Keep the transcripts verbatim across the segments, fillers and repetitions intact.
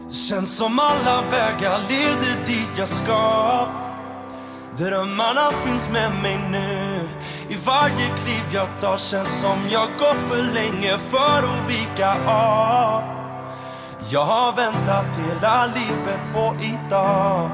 Känns som alla vägar leder dit jag ska. Drömmarna finns med mig nu. I varje kliv jag tar känns som jag gått för länge för att vika av. Jag har väntat hela livet på idag.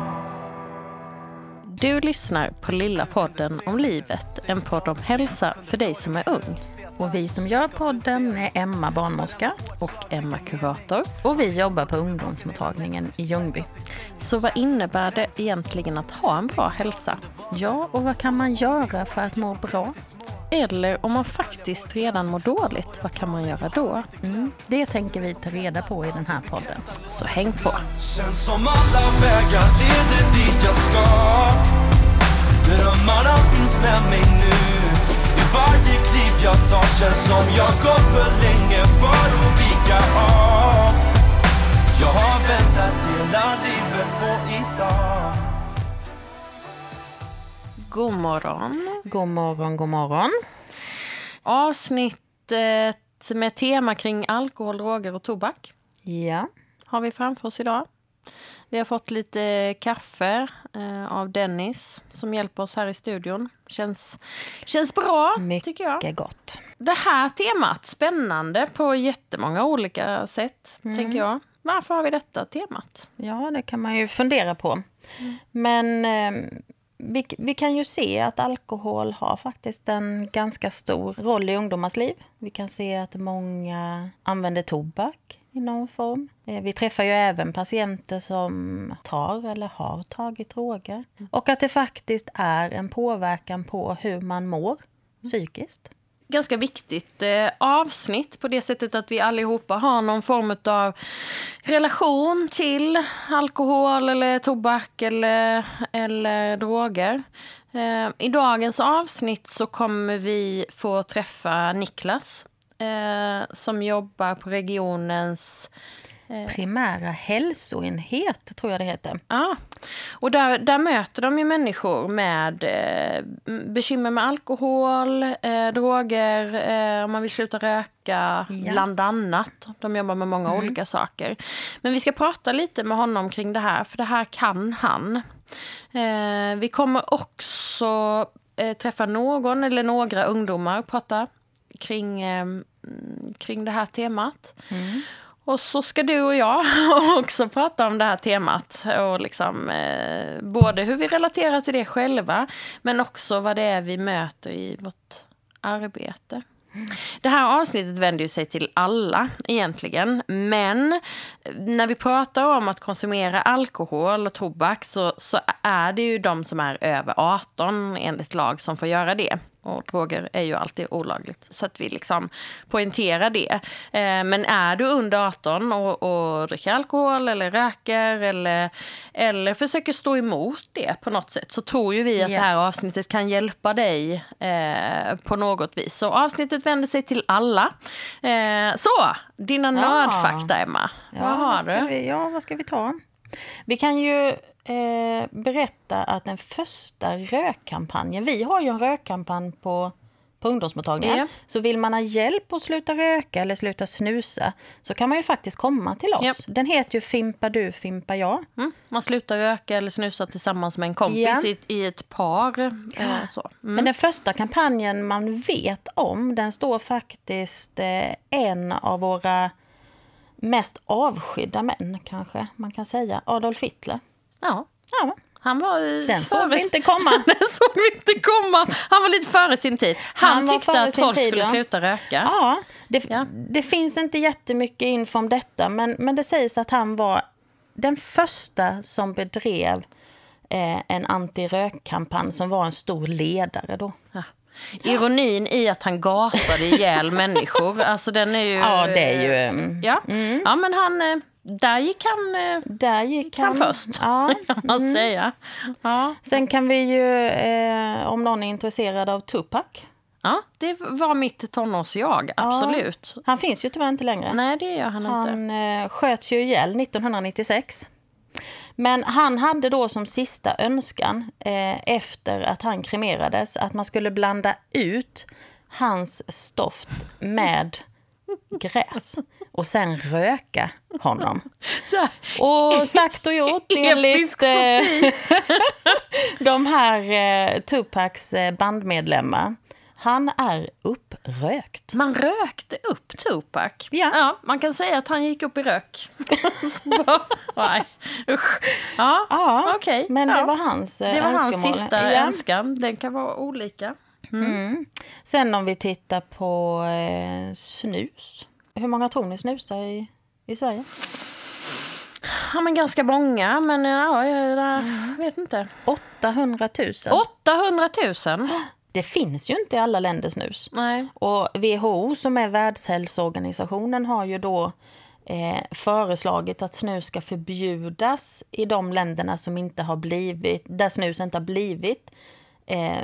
Du lyssnar på Lilla podden om livet, en podd om hälsa för dig som är ung. Och vi som gör podden är Emma barnmorska och Emma kurator. Och vi jobbar på ungdomsmottagningen i Ljungby. Så vad innebär det egentligen att ha en bra hälsa? Ja, och vad kan man göra för att må bra? Eller om man faktiskt redan mår dåligt, vad kan man göra då? Mm, det tänker vi ta reda på i den här podden. Så häng på! Känns som alla vägar leder dit jag ska. Drömmarna finns med mig nu. I varje kliv jag tar känns som jag gått för länge för att vika av. Jag har väntat hela livet på idag. God morgon. God morgon, god morgon. Avsnittet med tema kring alkohol, droger och tobak. Ja. Har vi framför oss idag. Vi har fått lite kaffe eh, av Dennis som hjälper oss här i studion. Känns, känns bra, mycket tycker jag. Mycket gott. Det här temat, spännande på jättemånga olika sätt, mm. tänker jag. Varför har vi detta temat? Ja, det kan man ju fundera på. Mm. Men eh, vi, vi kan ju se att alkohol har faktiskt en ganska stor roll i ungdomars liv. Vi kan se att många använder tobak i någon form. Vi träffar ju även patienter som tar eller har tagit droger. Och att det faktiskt är en påverkan på hur man mår psykiskt. Ganska viktigt eh, avsnitt på det sättet att vi allihopa har någon form av relation till alkohol eller tobak eller, eller droger. Eh, I dagens avsnitt så kommer vi få träffa Niklas eh, som jobbar på regionens primära hälsoenhet, tror jag det heter. Ja, och där, där möter de ju människor med eh, bekymmer med alkohol, eh, droger, eh, om man vill sluta röka, ja. Bland annat. De jobbar med många mm. olika saker. Men vi ska prata lite med honom kring det här, för det här kan han. Eh, vi kommer också eh, träffa någon eller några ungdomar och prata kring, eh, kring det här temat. Mm. Och så ska du och jag också prata om det här temat. Och liksom, eh, både hur vi relaterar till det själva, men också vad det är vi möter i vårt arbete. Mm. Det här avsnittet vänder ju sig till alla egentligen. Men när vi pratar om att konsumera alkohol och tobak så, så är det ju de som är över arton enligt lag som får göra det. Och droger är ju alltid olagligt. Så att vi liksom poängterar det. Eh, men är du under arton och, och dricker alkohol eller röker eller, eller försöker stå emot det på något sätt, så tror ju vi att yeah. det här avsnittet kan hjälpa dig eh, på något vis. Så avsnittet vänder sig till alla. Eh, så, dina ja. nördfakta, Emma. Ja, vad har vad du? Vi, ja, vad ska vi ta? Vi kan ju eh, berätta att den första rökkampanjen, vi har ju en rökkampanj på, på ungdomsmottagningen, ja. Så vill man ha hjälp att sluta röka eller sluta snusa så kan man ju faktiskt komma till oss. Ja. Den heter ju Fimpa du, Fimpa jag. Mm. Man slutar röka eller snusa tillsammans med en kompis ja. i, i ett par. Eh, så. Mm. Men den första kampanjen man vet om, den står faktiskt eh, en av våra mest avskydda män, kanske man kan säga, Adolf Hitler. Ja, ja. Han var Den såg vi inte komma. Den såg vi inte komma. Han var lite före sin tid. Han, Han tyckte att folk tid, skulle ja. sluta röka. Ja, det, ja. det finns inte jättemycket info om detta, men, men det sägs att han var den första som bedrev eh, en antirökkampanj, som var en stor ledare då. Ja. Ironin i att han gasade ihjäl människor. Alltså den är ju... Ja, det är ju... Mm. Ja. Mm. ja, men han... Där gick han, där gick han, han först, ja. kan man mm. säga. Ja. Sen kan vi ju, eh, om någon är intresserad av Tupac. Ja, det var mitt tonårsjag, absolut. Ja. Han finns ju tyvärr inte längre. Nej, det gör han, han inte. Han eh, sköts ju ihjäl nittonhundranittiosex. Men han hade då som sista önskan, eh, efter att han kremerades, att man skulle blanda ut hans stoft med gräs och sen röka honom. Så, och sagt och gjort enligt eh, de här eh, Tupacs eh, bandmedlemmar. Han är upprökt. Man rökte upp Tupac. Ja. Ja, man kan säga att han gick upp i rök. Nej, usch. Ja, Ja, okej. men det ja. var hans eh, Det var önskemål. hans sista ja. önskan. Den kan vara olika. Mm. Mm. Sen om vi tittar på eh, snus. Hur många tror ni snusar i, i Sverige? Ja, men ganska många, men ja, jag, jag mm. vet inte. åttahundratusen. åttahundratusen? Det finns ju inte i alla länder snus. Nej. Och W H O som är Världshälsoorganisationen har ju då eh, föreslagit att snus ska förbjudas i de länderna som inte har blivit, där snus inte har blivit eh,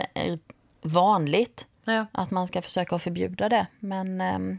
vanligt. Ja. Att man ska försöka att förbjuda det. Men ehm,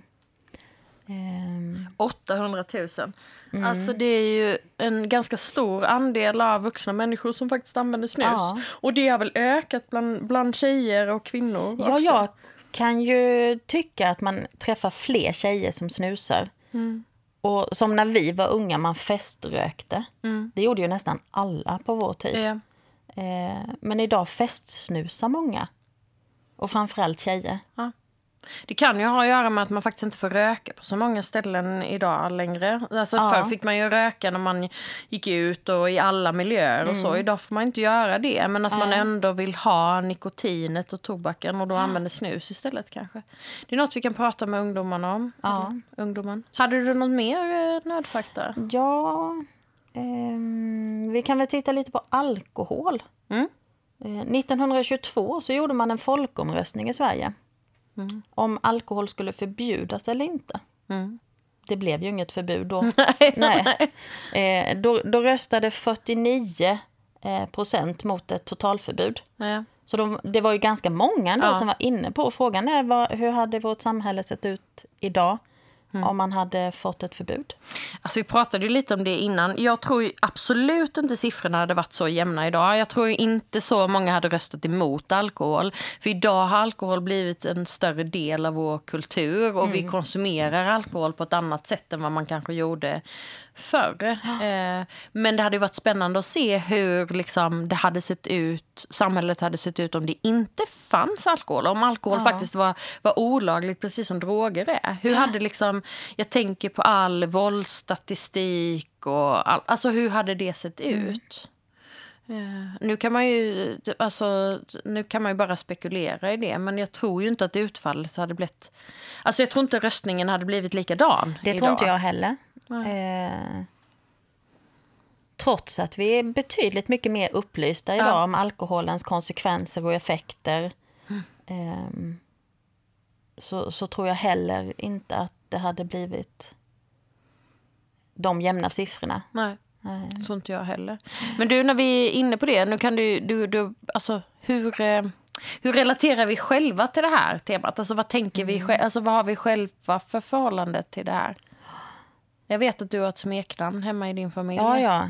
ehm, åttahundratusen. Mm. Alltså det är ju en ganska stor andel av vuxna människor som faktiskt använder snus. Ja. Och det har väl ökat bland, bland tjejer och kvinnor ja, också. jag kan ju tycka att man träffar fler tjejer som snusar. Mm. Och som när vi var unga, man feströkte. Mm. Det gjorde ju nästan alla på vår tid. Ja. Eh, men idag festsnusar många. Och framförallt tjejer. Ja. Det kan ju ha att göra med att man faktiskt inte får röka på så många ställen idag längre. Alltså Ja. förr fick man ju röka när man gick ut och i alla miljöer och Mm. så. Idag får man inte göra det. Men att Ja. man ändå vill ha nikotinet och tobaken och då använder snus istället kanske. Det är något vi kan prata med ungdomarna om. Ja. Eller, ungdomen. Hade du något mer eh, nödfakta? Ja, ehm, vi kan väl titta lite på alkohol. Mm. Eh, nittonhundratjugotvå så gjorde man en folkomröstning i Sverige. Mm. Om alkohol skulle förbjudas eller inte. Mm. Det blev ju inget förbud då. Nej. Nej. Eh, då, då röstade fyrtionio eh, procent mot ett totalförbud. Ja. Så de, det var ju ganska många ändå Ja. som var inne på. Frågan är vad, hur hade vårt samhälle sett ut idag Mm. om man hade fått ett förbud? Alltså vi pratade ju lite om det innan. Jag tror ju absolut inte siffrorna hade varit så jämna idag. Jag tror ju inte så många hade röstat emot alkohol. För idag har alkohol blivit en större del av vår kultur. Och Mm. vi konsumerar alkohol på ett annat sätt än vad man kanske gjorde förr. Eh, men det hade ju varit spännande att se hur liksom, det hade sett ut, samhället hade sett ut om det inte fanns alkohol. Om alkohol Ja. faktiskt var, var olagligt, precis som droger är. Hur hade liksom, jag tänker på all våldsstatistik och all, alltså hur hade det sett ut? Eh, nu kan man ju alltså, nu kan man ju bara spekulera i det, men jag tror ju inte att utfallet hade blivit, alltså jag tror inte röstningen hade blivit likadan Det idag. tror inte jag heller. Eh, trots att vi är betydligt mycket mer upplysta idag Ja. om alkoholens konsekvenser och effekter. Mm. Eh, så, så tror jag heller inte att det hade blivit de jämna siffrorna. Nej. Nej. Det tror inte jag heller. Men du, när vi är inne på det, nu kan du, du, du alltså hur, eh, hur relaterar vi själva till det här temat? Alltså vad tänker Mm. vi själva, alltså vad har vi själva för förhållande till det här? Jag vet att du har ett smeknamn hemma i din familj. Ja, ja.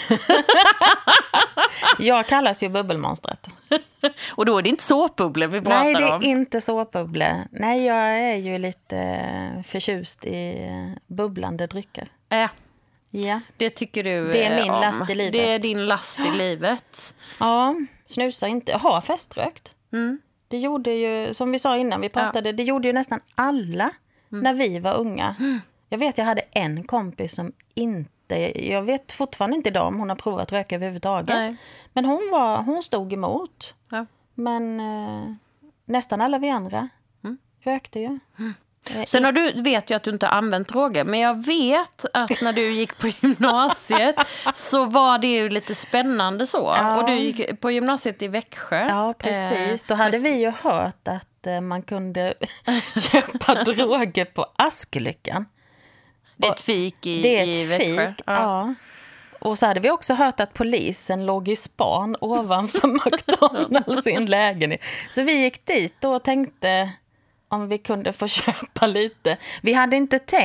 Jag kallas ju bubbelmonstret. Och då är det inte såpbubblor vi pratar Nej, det är om. inte såpbubblor. Nej, jag är ju lite förtjust i bubblande drycker. Äh, Ja. det tycker du Det är eh, min om. last i livet. Det är din last i livet. Ja, snusar inte. Har feströkt. Mm. Det gjorde ju, som vi sa innan vi pratade, det gjorde ju nästan alla när vi var unga. Jag vet, jag hade en kompis som inte, jag vet fortfarande inte idag om hon har provat röka överhuvudtaget. Nej. Men hon, var, hon stod emot. Ja. Men eh, nästan alla vi andra Mm. rökte ju. Eh, Sen har du, vet jag att du inte har använt droger, men jag vet att när du gick på gymnasiet så var det ju lite spännande så. Ja. Och du gick på gymnasiet i Växjö. Ja, precis. Då Eh, hade vi ju hört att eh, man kunde köpa droger på Askelyckan. Det är ett fik i, Det är i ett Växjö. fik, ja. Och så hade vi också hört att polisen låg i span ovanför McDonalds i en lägenhet. Så vi gick dit och tänkte om vi kunde få köpa lite. Vi hade inte tänkt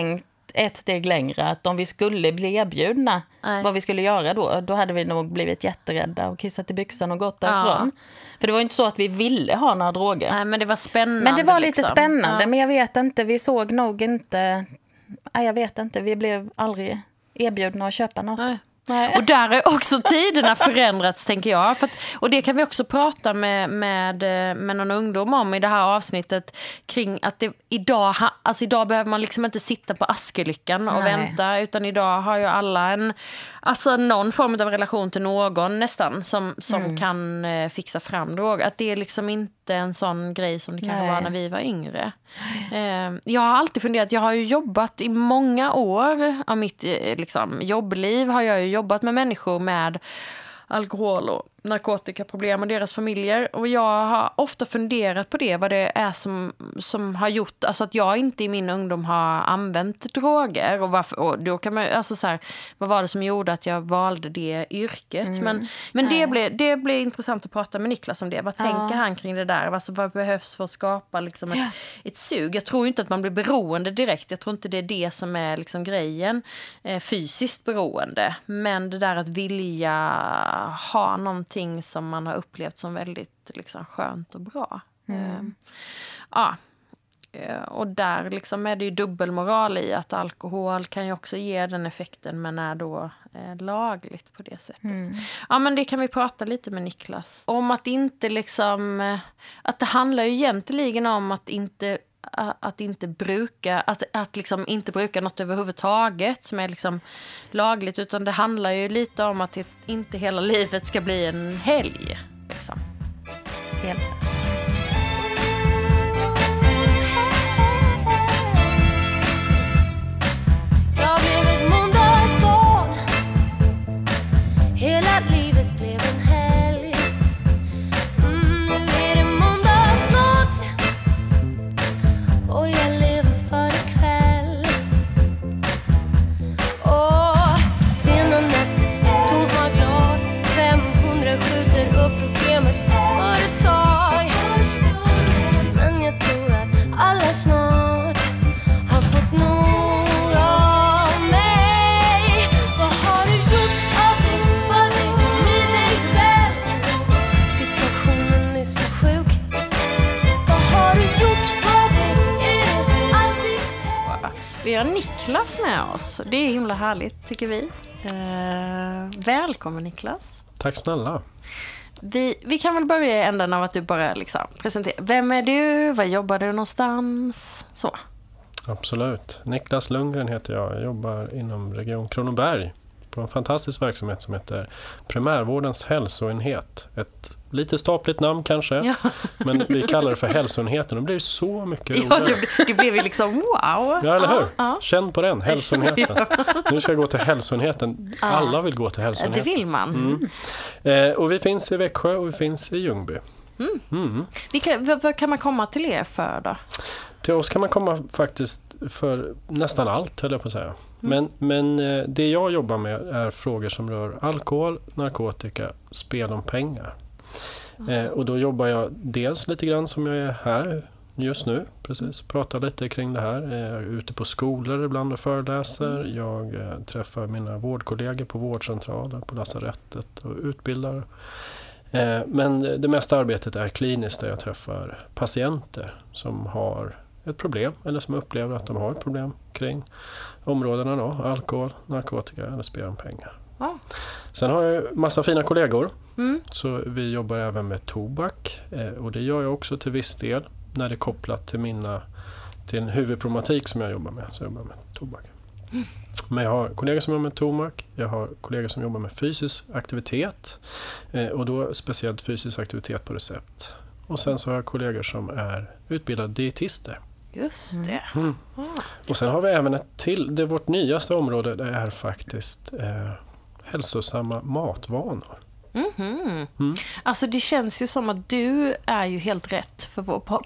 ett steg längre. Att om vi skulle bli erbjudna Nej. vad vi skulle göra då, då hade vi nog blivit jätterädda och kissat i byxan och gått därifrån. Ja. För det var inte så att vi ville ha några droger. Nej, men det var spännande. Men det var lite liksom. spännande, ja. men jag vet inte, vi såg nog inte... Nej, jag vet inte, vi blev aldrig erbjudna att köpa något. Nej. Nej. Och där är också tiderna förändrats, tänker jag. För att, och det kan vi också prata med, med, med någon ungdom om i det här avsnittet kring att det, idag, alltså idag behöver man liksom inte sitta på Askelyckan och Nej. vänta, utan idag har ju alla en, alltså någon form av relation till någon nästan som, som mm. kan eh, fixa fram droger. Att det är liksom inte en sån grej som det kanske var när vi var yngre. Eh, jag har alltid funderat, jag har ju jobbat i många år av mitt eh, liksom, jobbliv har jag ju jobbat med människor med alkohol- och narkotikaproblem och deras familjer. Och jag har ofta funderat på det, vad det är som, som har gjort, alltså att jag inte i min ungdom har använt droger. Och, varför, och då kan man, alltså så här, vad var det som gjorde att jag valde det yrket? Mm. Men, men det, blev, det blev intressant att prata med Niklas om det. Vad ja. tänker han kring det där? Alltså, vad behövs för att skapa liksom ett, ja. ett sug? Jag tror inte att man blir beroende direkt. Jag tror inte det är det som är liksom grejen. Eh, fysiskt beroende. Men det där att vilja ha någon ting som man har upplevt som väldigt liksom, skönt och bra. Mm. Ja. Och där liksom är det ju dubbelmoral i att alkohol kan ju också ge den effekten, men är då eh, lagligt på det sättet. Mm. Ja, men det kan vi prata lite med Niklas om, att inte liksom, att det handlar ju egentligen om att inte att inte bruka att, att liksom inte bruka något överhuvudtaget som är liksom lagligt, utan det handlar ju lite om att det inte hela livet ska bli en helg liksom. Helt. Jag blev ett måndagsbarn. Hela livet blev en helg. Mm, nu är det måndag snart. Och jag lever för ikväll. Och sen och natt, tomma glas, femhundra skjuter upp problemet för ett tag. Men jag tror att alla snart har fått nog av mig. Vad har du gjort av dig, för dig, med dig själv? Situationen är så sjuk. Vad har du gjort för dig? Är det alltid? Vi har Niklas med oss. Det är himla härligt, tycker vi. Eh, välkommen Niklas. Tack snälla. Vi, vi kan väl börja i änden av att du bara liksom presenterar. Vem är du? Var jobbar du någonstans? Så. Absolut. Niklas Lundgren heter jag. Jag jobbar inom Region Kronoberg på en fantastisk verksamhet som heter Primärvårdens hälsoenhet. Ett lite stapligt namn kanske, ja. Men vi kallar det för hälsoenheten och det blir så mycket roligare. Ja, det, det blev liksom wow. Ja, eller hur? Ja. Känn på den, hälsoenheten. Ja. Nu ska jag gå till hälsoenheten. Alla vill gå till hälsoenheten. Det vill man. Mm. Eh, och vi finns i Växjö och vi finns i Ljungby. Mm. Mm. Vilka, vad, vad kan man komma till er för då? Till oss kan man komma faktiskt för nästan allt, höll jag på att säga. Mm. Men, men det jag jobbar med är frågor som rör alkohol, narkotika, spel om pengar. Mm. Eh, och då jobbar jag dels lite grann som jag är här just nu, precis. Pratar lite kring det här. Jag är ute på skolor ibland och föreläser. Jag eh, träffar mina vårdkollegor på vårdcentraler, på lasarettet och utbildar. Eh, men det mesta arbetet är kliniskt där jag träffar patienter som har ett problem eller som upplever att de har ett problem kring områdena då, alkohol, narkotika eller spel om pengar. Ah. Sen har jag massa fina kollegor, mm. så vi jobbar även med tobak eh, och det gör jag också till viss del när det är kopplat till mina till en huvudproblematik som jag jobbar med, så jag jobbar med tobak. Mm. Men jag har kollegor som jobbar med tobak, jag har kollegor som jobbar med fysisk aktivitet eh, och då speciellt fysisk aktivitet på recept. Och sen så har jag kollegor som är utbildade dietister. Just det. Mm. Ah. Och sen har vi även ett till, det är vårt nyaste område, det är faktiskt eh, hälsosamma matvanor. Mm-hmm. Mm. Alltså det känns ju som att du är ju helt rätt för vår podd.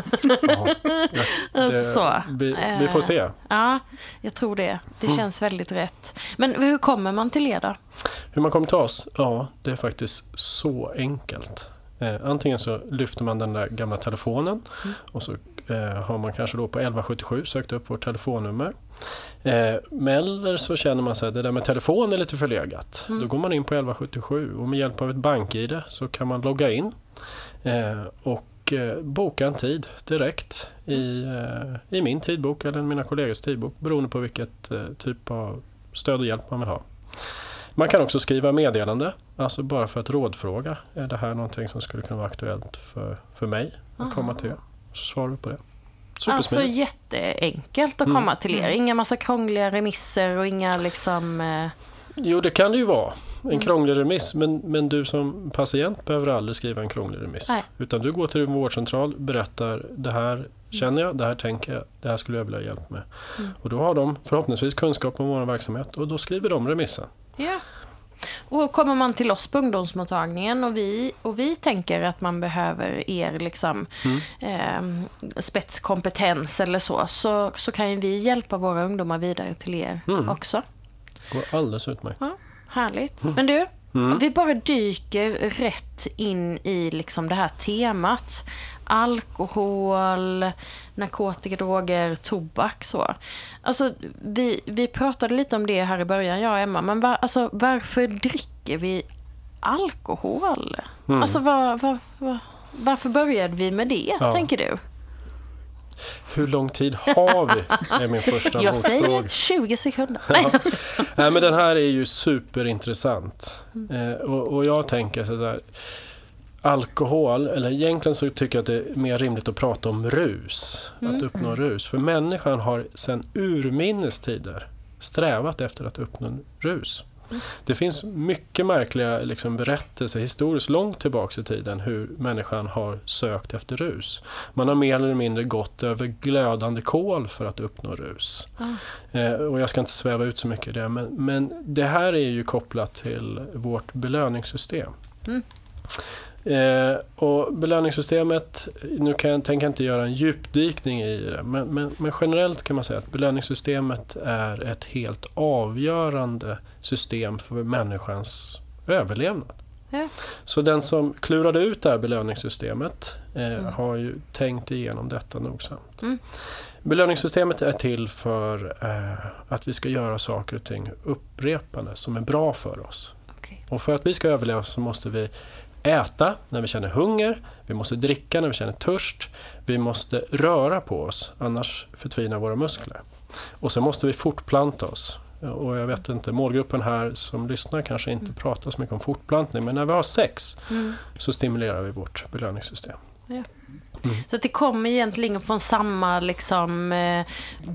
Ja, det, så. Vi, vi får se. Ja, jag tror det. Det känns mm. väldigt rätt. Men hur kommer man till er då? Hur man kommer till oss? Ja, det är faktiskt så enkelt. Eh, antingen så lyfter man den där gamla telefonen mm. och så eh, har man kanske då på elva sjuttiosju sökt upp vårt telefonnummer. Eh, men eller så känner man sig att det där med telefon är lite förlegat. Mm. Då går man in på elva sjuttiosju och med hjälp av ett bank-I D så kan man logga in eh, och eh, boka en tid direkt i, eh, i min tidbok eller mina kollegors tidbok beroende på vilket eh, typ av stöd och hjälp man vill ha. Man kan också skriva meddelande, alltså bara för att rådfråga. Är det här någonting som skulle kunna vara aktuellt för, för mig att Aha. komma till? Så svarar vi på det. Alltså jätteenkelt att komma mm. till er. Inga massa krångliga remisser och inga liksom... Eh... Jo, det kan det ju vara. En mm. krånglig remiss. Men, men du som patient behöver aldrig skriva en krånglig remiss. Nej. Utan du går till din vårdcentral, berättar det här känner jag, det här tänker jag, det här skulle jag vilja ha hjälp med. Mm. Och då har de förhoppningsvis kunskap om vår verksamhet och då skriver de remissen. Ja. Och kommer man till oss på ungdomsmottagningen och vi, och vi tänker att man behöver er liksom, mm. eh, spetskompetens eller så, så, så kan ju vi hjälpa våra ungdomar vidare till er mm. också. Går alldeles utmärkt. Ja, härligt. Mm. Men du, mm. vi bara dyker rätt in i liksom det här temat. Alkohol, narkotika, droger, tobak så. Alltså vi, vi pratade lite om det här i början, jag och Emma, men var, alltså, varför dricker vi alkohol? Mm. Alltså var, var, var, varför började vi med det, ja. tänker du? Hur lång tid har vi? Är min första Jag säger tjugo sekunder. Ja. Nej, men den här är ju superintressant. Mm. Eh, och, och jag tänker så där, alkohol, eller egentligen så tycker jag att det är mer rimligt att prata om rus. Mm. Att uppnå rus. För människan har sedan urminnes tider strävat efter att uppnå rus. Mm. Det finns mycket märkliga liksom, berättelser historiskt långt tillbaka i tiden hur människan har sökt efter rus. Man har mer eller mindre gått över glödande kol för att uppnå rus. Mm. Eh, och jag ska inte sväva ut så mycket i det, men, men det här är ju kopplat till vårt belöningssystem. Mm. Eh, och belöningssystemet, nu kan jag tänka inte göra en djupdykning i det, men, men, men generellt kan man säga att belöningssystemet är ett helt avgörande system för människans överlevnad. Ja. Så den som klurade ut det här belöningssystemet eh, mm. har ju tänkt igenom detta nogsamt. Mm. Belöningssystemet är till för eh, att vi ska göra saker och ting upprepande som är bra för oss. Okay. Och för att vi ska överleva så måste vi äta när vi känner hunger, vi måste dricka när vi känner törst, vi måste röra på oss, annars förtvinar våra muskler. Och så måste vi fortplanta oss. Och jag vet inte, målgruppen här som lyssnar kanske inte mm. pratar så mycket om fortplantning, men när vi har sex mm. så stimulerar vi vårt belöningssystem. Ja. Mm. Så att det kommer egentligen från samma liksom, eh,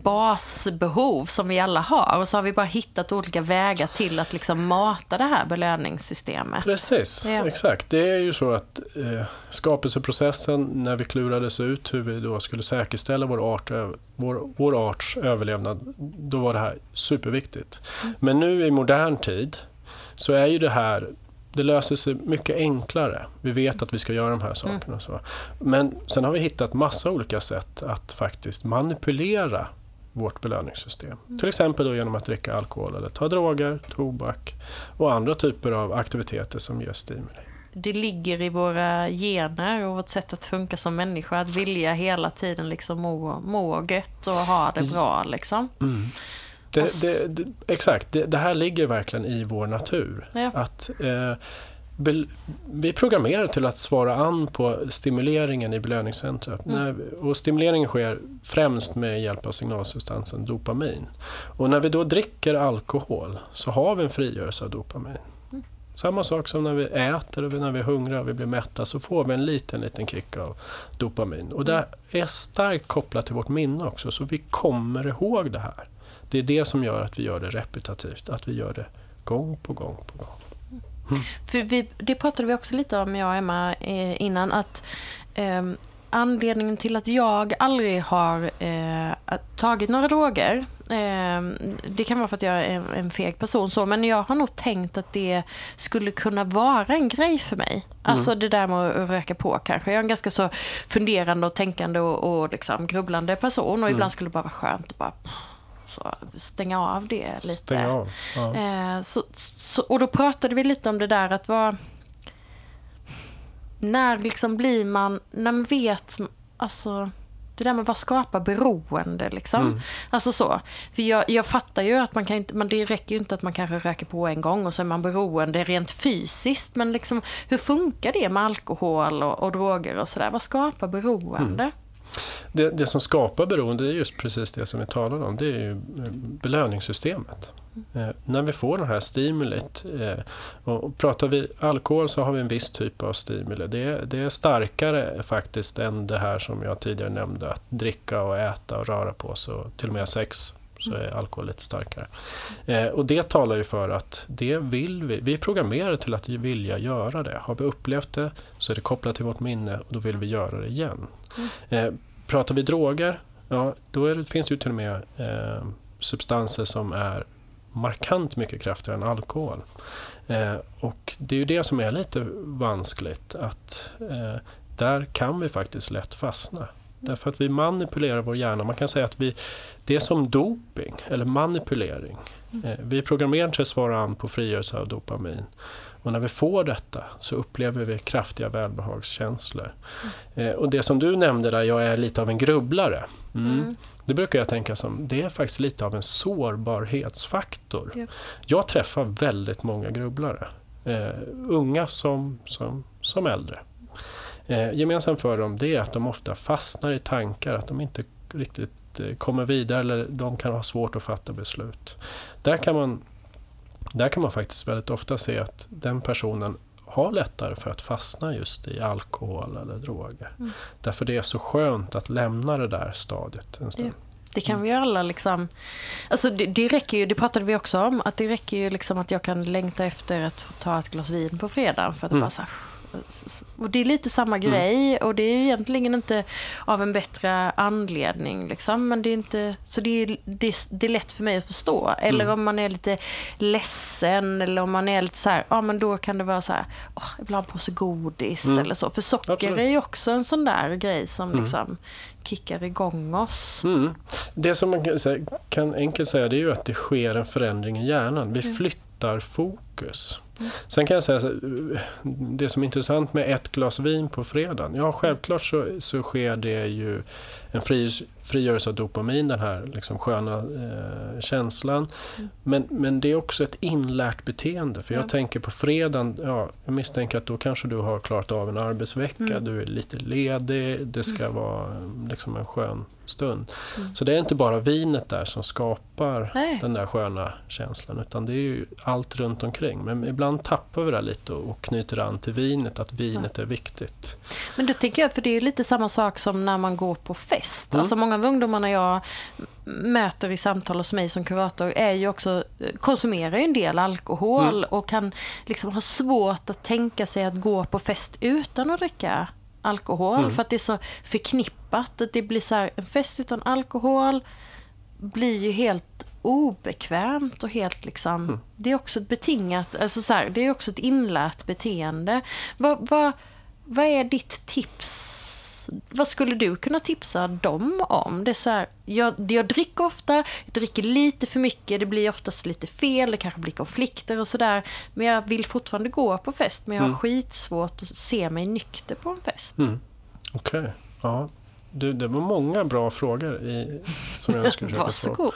basbehov som vi alla har. Och så har vi bara hittat olika vägar till att liksom mata det här belöningssystemet. Precis, ja. Exakt. Det är ju så att eh, skapelseprocessen, när vi klurades ut hur vi då skulle säkerställa vår, art, vår, vår arts överlevnad, då var det här superviktigt. Mm. Men nu i modern tid så är ju det här, det löser sig mycket enklare. Vi vet att vi ska göra de här sakerna. Och så. Men sen har vi hittat massa olika sätt att faktiskt manipulera vårt belöningssystem. Mm. Till exempel då genom att dricka alkohol eller ta droger, tobak och andra typer av aktiviteter som ger stimuli. Det ligger i våra gener och vårt sätt att funka som människa att vilja hela tiden liksom må, må gött och ha det bra. Liksom. Mm. Det, det, det, exakt, det, det här ligger verkligen i vår natur. Ja. Att, eh, be, vi programmerar till att svara an på stimuleringen i belöningscentret. Mm. När, och stimuleringen sker främst med hjälp av signalsubstansen dopamin. Och när vi då dricker alkohol så har vi en frigörelse av dopamin. Mm. Samma sak som när vi äter och när vi är hungriga och vi blir mätta så får vi en liten, liten kick av dopamin. Och det är starkt kopplat till vårt minne också, så vi kommer ihåg det här. Det är det som gör att vi gör det repetitivt, att vi gör det gång på gång på gång. Mm. För vi, det pratade vi också lite om, jag och Emma, eh, innan, att eh, anledningen till att jag aldrig har eh, tagit några droger, eh, det kan vara för att jag är en, en feg person, så, men jag har nog tänkt att det skulle kunna vara en grej för mig. Mm. Alltså det där med att röka på kanske. Jag är en ganska så funderande och tänkande och, och liksom grubblande person, och mm. ibland skulle det bara vara skönt att bara så stänga av det lite. Stänga av, ja. eh, så, så, och då pratade vi lite om det där att vad, när liksom blir man, när man vet, alltså det där med vad skapar beroende liksom. Mm. Alltså så. För jag, jag fattar ju att man kan inte, man, det räcker ju inte att man kanske röker på en gång och så är man beroende rent fysiskt. Men liksom, hur funkar det med alkohol och, och droger och sådär? Vad skapar beroende? Mm. Det, det som skapar beroende är just precis det som vi talade om. Det är ju belöningssystemet. Eh, när vi får den här stimulit, eh, och, och pratar vi alkohol så har vi en viss typ av stimuli. Det, det är starkare faktiskt än det här som jag tidigare nämnde, att dricka och äta och röra på sig, och till och med sex, så är alkohol lite starkare. Eh, och det talar ju för att det vill vi, vi är programmerade till att vilja göra det. Har vi upplevt det så är det kopplat till vårt minne och då vill vi göra det igen. Eh, pratar vi droger, ja, då är det, finns det ju till och med eh, substanser som är markant mycket kraftigare än alkohol. Eh, och det är ju det som är lite vanskligt, att eh, där kan vi faktiskt lätt fastna. Därför att vi manipulerar vår hjärna. Man kan säga att vi, det är som doping eller manipulering. Eh, vi är programmerade till att svara an på frigörelse av dopamin. Och när vi får detta så upplever vi kraftiga välbehagskänslor. Eh, och det som du nämnde där, jag är lite av en grubblare. Mm. Mm. Det brukar jag tänka som, det är faktiskt lite av en sårbarhetsfaktor. Yep. Jag träffar väldigt många grubblare. Eh, unga som, som, som äldre. Eh, gemensamt för dem det är att de ofta fastnar i tankar, att de inte riktigt eh, kommer vidare, eller de kan ha svårt att fatta beslut. Där kan man Där kan man faktiskt väldigt ofta se att den personen har lättare för att fastna just i alkohol eller droger. Mm. Därför det är så skönt att lämna det där stadiet en stund. Ja. Det kan vi ju alla liksom, alltså det, det räcker ju, det pratade vi också om, att det räcker ju liksom att jag kan längta efter att få ta ett glas vin på fredag för att mm. bara så här, och det är lite samma grej mm. och det är ju egentligen inte av en bättre anledning liksom, men det är inte så det är, det, det är lätt för mig att förstå, eller mm. om man är lite ledsen eller om man är lite så här, ja men då kan det vara så här, åh, jag vill ha en påse godis mm. eller så, för socker Absolut. Är ju också en sån där grej som mm. liksom kickar igång oss. Mm. Det som man kan, säga, kan enkelt säga, det är ju att det sker en förändring i hjärnan. Vi mm. flyttar fokus. Mm. Sen kan jag säga så, det som är intressant med ett glas vin på fredagen. Ja, självklart så, så sker det ju en fri, frigörelse av dopamin, den här liksom sköna eh, känslan. Mm. Men, men det är också ett inlärt beteende. För jag ja. tänker på fredagen, ja, jag misstänker att då kanske du har klarat av en arbetsvecka, mm. du är lite ledig, det ska mm. vara liksom en skön stund. Mm. Så det är inte bara vinet där som skapar Nej. den där sköna känslan, utan det är ju allt runt omkring. Men ibland tappar vi det lite och knyter an till vinet, att vinet ja. är viktigt. Men då tänker jag, för det är lite samma sak som när man går på fest. Mm. Alltså många av ungdomarna jag möter i samtal hos mig som kurator är ju också, konsumerar ju en del alkohol mm. och kan liksom ha svårt att tänka sig att gå på fest utan att dricka alkohol, mm. för att det är så förknippat, att det blir så här, en fest utan alkohol blir ju helt obekvämt och helt liksom, mm. det är också ett betingat, alltså så här, det är också ett inlärt beteende. Vad, vad, vad är ditt tips? Vad skulle du kunna tipsa dem om? Det är så här, jag, jag dricker ofta, jag dricker lite för mycket, det blir oftast lite fel, det kanske blir konflikter och sådär, men jag vill fortfarande gå på fest, men jag har mm. skitsvårt att se mig nykter på en fest. Mm. Okej, okay. ja. Du, det var många bra frågor i, som jag skulle försöka Varsågod.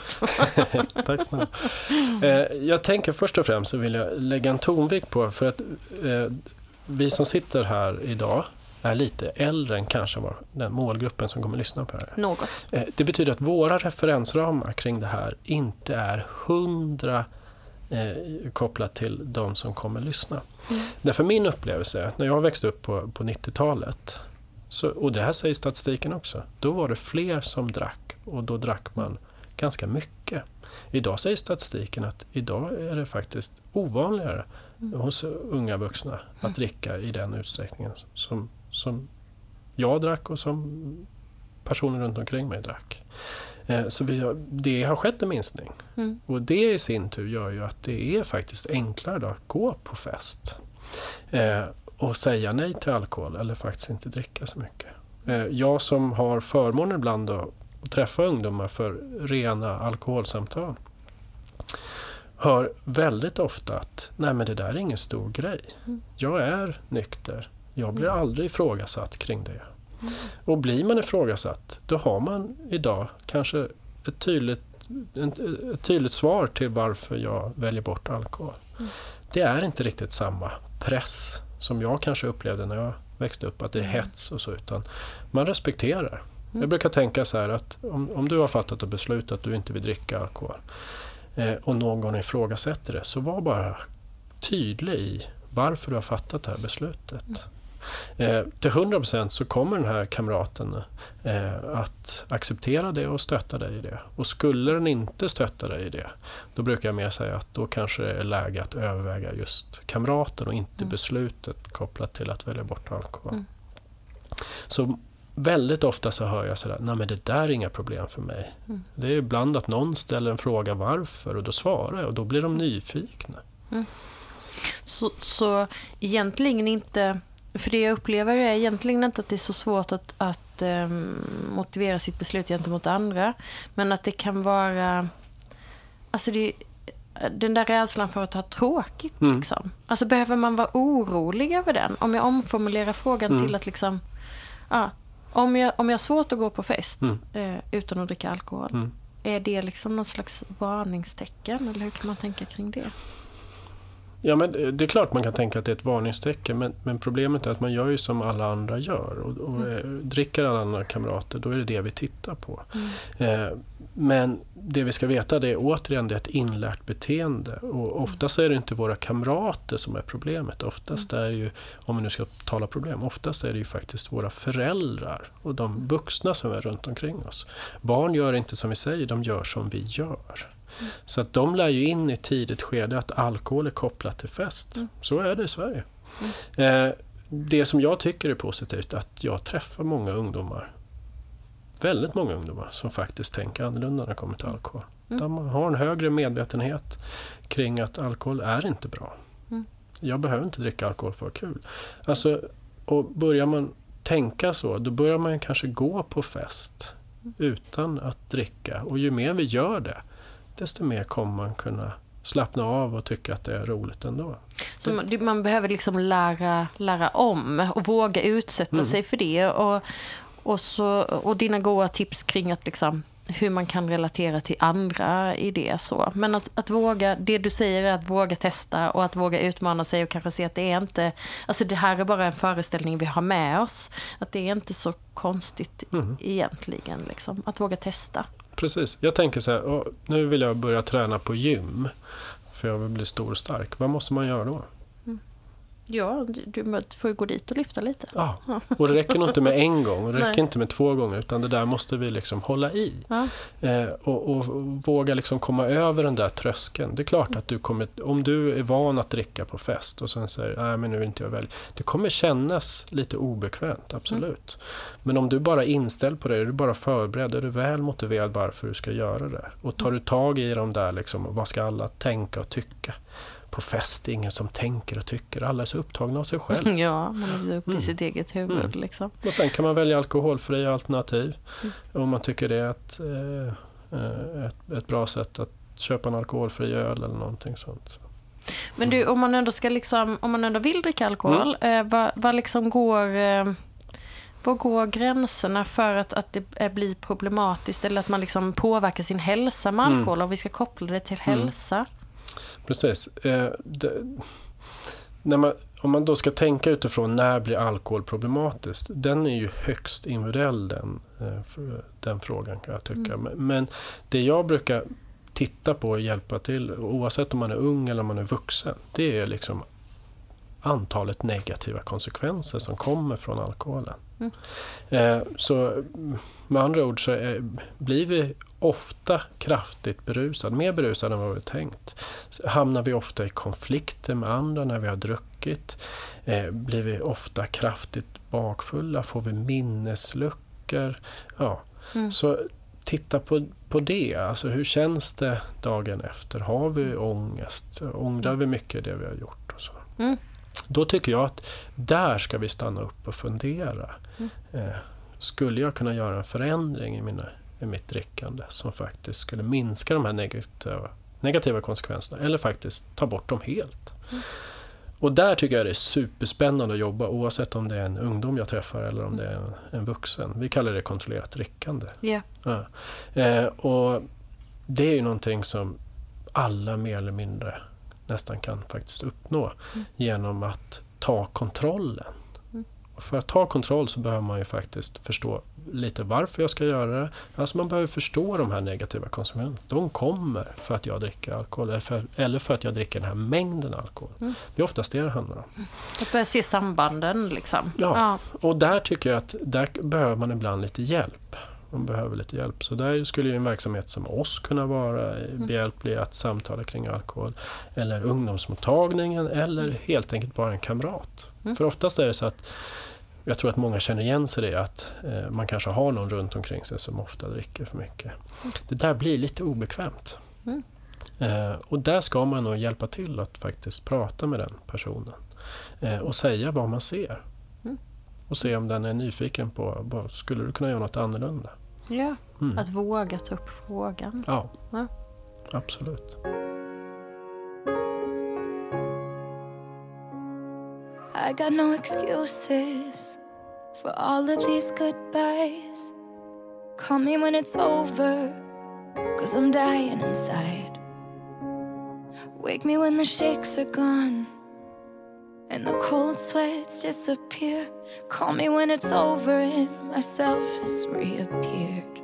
Tack snälla. Eh, jag tänker först och främst så vill jag lägga en tonvikt på, för att eh, vi som sitter här idag är lite äldre än kanske var den målgruppen som kommer att lyssna på det här. Något. Eh, det betyder att våra referensramar kring det här inte är hundra eh, kopplat till de som kommer att lyssna. Mm. Därför min upplevelse, när jag växte upp på, på nittiotalet, så, och det här säger statistiken också, då var det fler som drack, och då drack man ganska mycket. Idag säger statistiken att idag är det faktiskt ovanligare mm. hos unga vuxna att dricka i den utsträckningen som, som jag drack och som personer runt omkring mig drack. Eh, så vi har, det har skett en minskning. Mm. Och det i sin tur gör ju att det är faktiskt enklare då att gå på fest. Eh, och säga nej till alkohol eller faktiskt inte dricka så mycket. Eh, jag som har förmånen ibland då att träffa ungdomar för rena alkoholsamtal hör väldigt ofta att nej, men det där är ingen stor grej. Jag är nykter. Jag blir aldrig ifrågasatt kring det. Mm. Och blir man ifrågasatt, då har man idag kanske ett tydligt, ett, ett tydligt svar till varför jag väljer bort alkohol. Mm. Det är inte riktigt samma press som jag kanske upplevde när jag växte upp, att det är hets och så, utan man respekterar. Mm. Jag brukar tänka så här att om, om du har fattat ett beslut att du inte vill dricka alkohol eh, och någon ifrågasätter det, så var bara tydlig i varför du har fattat det här beslutet. Mm. Eh, till hundra procent så kommer den här kamraten eh, att acceptera det och stötta dig i det. Och skulle den inte stötta dig i det, då brukar jag mer säga att då kanske det är läge att överväga just kamraten och inte mm. beslutet kopplat till att välja bort alkohol. Mm. Så väldigt ofta så hör jag sådär, nej men det där är inga problem för mig. Mm. Det är ibland att någon ställer en fråga varför och då svarar jag och då blir de nyfikna. Mm. Så, så egentligen inte, för det jag upplever är egentligen inte att det är så svårt att, att um, motivera sitt beslut gentemot andra, men att det kan vara, alltså det, den där rädslan för att ha tråkigt mm. liksom. Alltså behöver man vara orolig över den? Om jag omformulerar frågan mm. till att liksom, ja, om jag, om jag har svårt att gå på fest mm. eh, utan att dricka alkohol, mm. är det liksom något slags varningstecken, eller hur kan man tänka kring det? Ja, men det är klart man kan tänka att det är ett varningstecken, men, men problemet är att man gör ju som alla andra gör och, och mm. dricker alla andra kamrater, då är det det vi tittar på. Mm. Eh, men det vi ska veta, det är återigen det är ett inlärt beteende och oftast är det inte våra kamrater som är problemet, oftast mm. är det ju, om vi nu ska tala problem, oftast är det ju faktiskt våra föräldrar och de vuxna som är runt omkring oss. Barn gör inte som vi säger, de gör som vi gör. Mm. Så att de lär ju in i tidigt skede att alkohol är kopplat till fest. Mm. Så är det i Sverige. Mm. Eh, det som jag tycker är positivt är att jag träffar många ungdomar, väldigt många ungdomar som faktiskt tänker annorlunda när det kommer till alkohol. Mm. De har en högre medvetenhet kring att alkohol är inte bra. Mm. Jag behöver inte dricka alkohol för kul. Alltså, och börjar man tänka så, då börjar man kanske gå på fest utan att dricka. Och ju mer vi gör det, desto mer kommer man kunna slappna av och tycka att det är roligt ändå. Så man, man behöver liksom lära, lära om och våga utsätta mm. sig för det. Och, och, så, och dina goda tips kring att liksom, hur man kan relatera till andra i det. Så. Men att, att våga, det du säger är att våga testa och att våga utmana sig och kanske se att det är inte, alltså det här är bara en föreställning vi har med oss. Att det är inte så konstigt mm. egentligen. Liksom, att våga testa. Precis. Jag tänker så här, nu vill jag börja träna på gym för jag vill bli stor och stark. Vad måste man göra då? Mm. Ja, du, du får ju gå dit och lyfta lite. Ja, och det räcker nog inte med en gång och det räcker Nej. inte med två gånger utan det där måste vi liksom hålla i. Ja. Eh, och, och våga liksom komma över den där tröskeln. Det är klart att du kommer, om du är van att dricka på fest och sen säger, nej men nu vill inte jag välja. Det kommer kännas lite obekvämt, absolut. Mm. Men om du bara är inställd på det, är du bara förberedd, är du väl motiverad varför du ska göra det. Och tar du tag i de där liksom, vad ska alla tänka och tycka? På fest, ingen som tänker och tycker. Alla är så upptagna av sig själv. Ja, man är så upp mm. i sitt eget huvud. Mm. Liksom. Och sen kan man välja alkoholfria alternativ. Mm. Om man tycker det är ett, eh, ett, ett bra sätt att köpa en alkoholfri öl eller någonting sånt. Men du, om man ändå ska liksom, om man ändå vill dricka alkohol, mm. eh, vad, vad liksom går... Eh, Vad går gränserna för att, att det blir problematiskt eller att man liksom påverkar sin hälsa med alkohol mm. och vi ska koppla det till hälsa? Mm. Precis. Eh, det, när man, om man då ska tänka utifrån när blir alkohol problematiskt, den är ju högst individuell den, den frågan kan jag tycka. Mm. Men, men det jag brukar titta på och hjälpa till, oavsett om man är ung eller om man är vuxen, det är liksom antalet negativa konsekvenser som kommer från alkoholen. Mm. Eh, så med andra ord så är, blir vi ofta kraftigt berusade, mer berusade än vad vi tänkt. Hamnar vi ofta i konflikter med andra när vi har druckit. Eh, blir vi ofta kraftigt bakfulla, får vi minnesluckor. Ja. Mm. Så titta på, på det. Alltså hur känns det dagen efter? Har vi ångest? Ångrar vi mycket det vi har gjort? Och så. Mm. Då tycker jag att där ska vi stanna upp och fundera. Mm. Eh, skulle jag kunna göra en förändring i, mina, i mitt drickande som faktiskt skulle minska de här negativa, negativa konsekvenserna eller faktiskt ta bort dem helt? Mm. och där tycker jag det är superspännande att jobba, oavsett om det är en ungdom jag träffar eller om det är en, en vuxen. Vi kallar det kontrollerat drickande. Yeah. Ja. Eh, och det är ju någonting som alla mer eller mindre nästan kan faktiskt uppnå mm. genom att ta kontrollen. Mm. Och för att ta kontroll så behöver man ju faktiskt förstå lite varför jag ska göra det. Alltså man behöver förstå de här negativa konsekvenserna. De kommer för att jag dricker alkohol eller för, eller för att jag dricker den här mängden alkohol. Mm. Det är oftast det det handlar om. Att börja se sambanden liksom. Ja, ja. Och där tycker jag att där behöver man ibland lite hjälp. Man behöver lite hjälp. Så där skulle ju en verksamhet som oss kunna vara behjälplig att samtala kring alkohol. Eller ungdomsmottagningen eller helt enkelt bara en kamrat. Mm. För oftast är det så att jag tror att många känner igen sig det att eh, man kanske har någon runt omkring sig som ofta dricker för mycket. Mm. Det där blir lite obekvämt. Mm. Eh, och där ska man nog hjälpa till att faktiskt prata med den personen. Eh, och säga vad man ser. Mm. Och se om den är nyfiken på, vad, skulle du kunna göra något annorlunda? Ja, mm. att våga ta upp frågan. Ja, ja. Absolut. I got no excuses for all of these goodbyes. Call me when it's over, 'cause I'm dying inside. Wake me when the shakes are gone and the cold sweats disappear. Call me when it's over and myself has reappeared.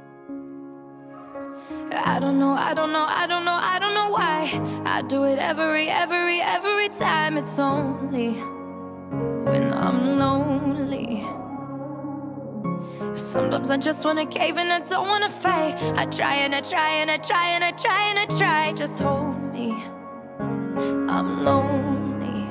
I don't know, I don't know, I don't know, I don't know why I do it every, every, every time. It's only when I'm lonely. Sometimes I just wanna cave and I don't wanna fight. I try and I try and I try and I try and I try. Just hold me, I'm lonely.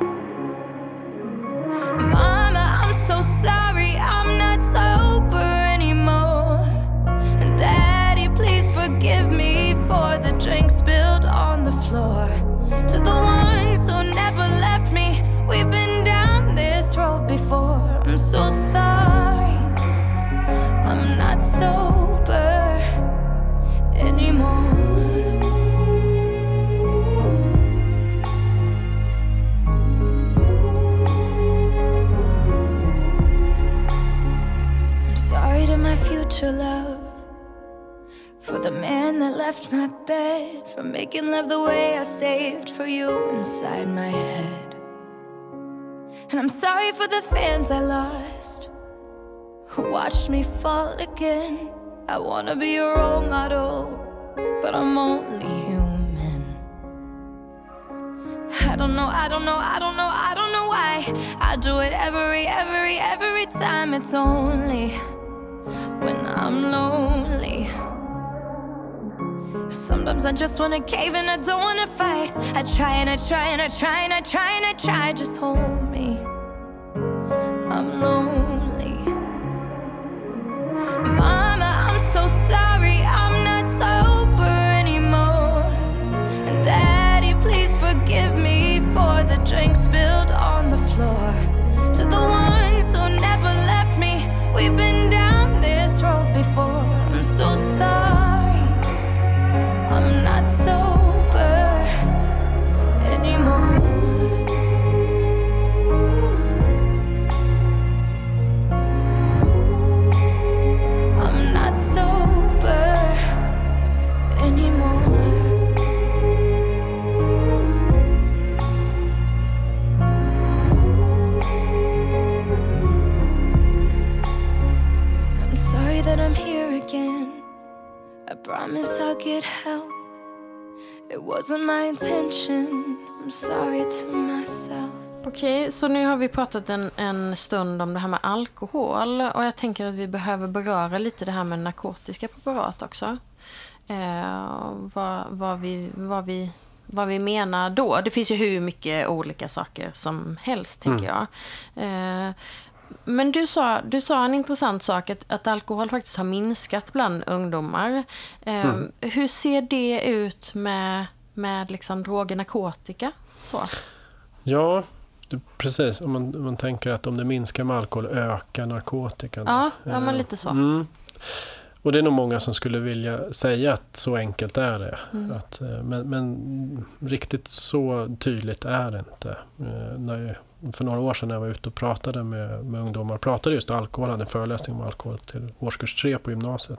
Mama, I'm so sorry, I'm not sober anymore. And Daddy, please forgive me for the drink spilled on the floor. To the ones who never left me, we've been down this road before. I'm so sorry, I'm not sober anymore. I'm sorry to my future love, for the man that left my bed, for making love the way I saved for you inside my head. And I'm sorry for the fans I lost, who watched me fall again. I wanna be your role model, but I'm only human. I don't know, I don't know, I don't know, I don't know why I do it every, every, every time. It's only when I'm lonely. Sometimes I just wanna cave and I don't wanna fight. I try and I try and I try and I try and I try. Just hold me, I'm lonely. Mama, I'm so sorry, I'm not sober anymore. And Daddy, please forgive me for the drink spilled on the floor. To the ones who never left me, we've been down this road before. I'm so sorry, I'm not sober anymore. I'm not sober anymore. I'm sorry that I'm here again. I promise I'll get help. It wasn't my intention. I'm sorry to myself. Okej, okay, så nu har vi pratat en, en stund om det här med alkohol. Och jag tänker att vi behöver beröra lite det här med narkotiska preparat också. Eh, vad, vad, vi, vad, vi, vad vi menar då. Det finns ju hur mycket olika saker som helst, tänker mm. jag. Eh, Men du sa, du sa en intressant sak, att, att alkohol faktiskt har minskat bland ungdomar. Eh, mm. Hur ser det ut med, med liksom droger, narkotika? Så. Ja, det, precis. Om man, om man tänker att om det minskar med alkohol ökar narkotikan. Ja, ja men lite så. Mm. och det är nog många som skulle vilja säga att så enkelt är det. Mm. Att, men, men riktigt så tydligt är det inte. Eh, när, för några år sedan när jag var ute och pratade med, med ungdomar, pratade just alkohol, hade en föreläsning om alkohol till årskurs tre på gymnasiet.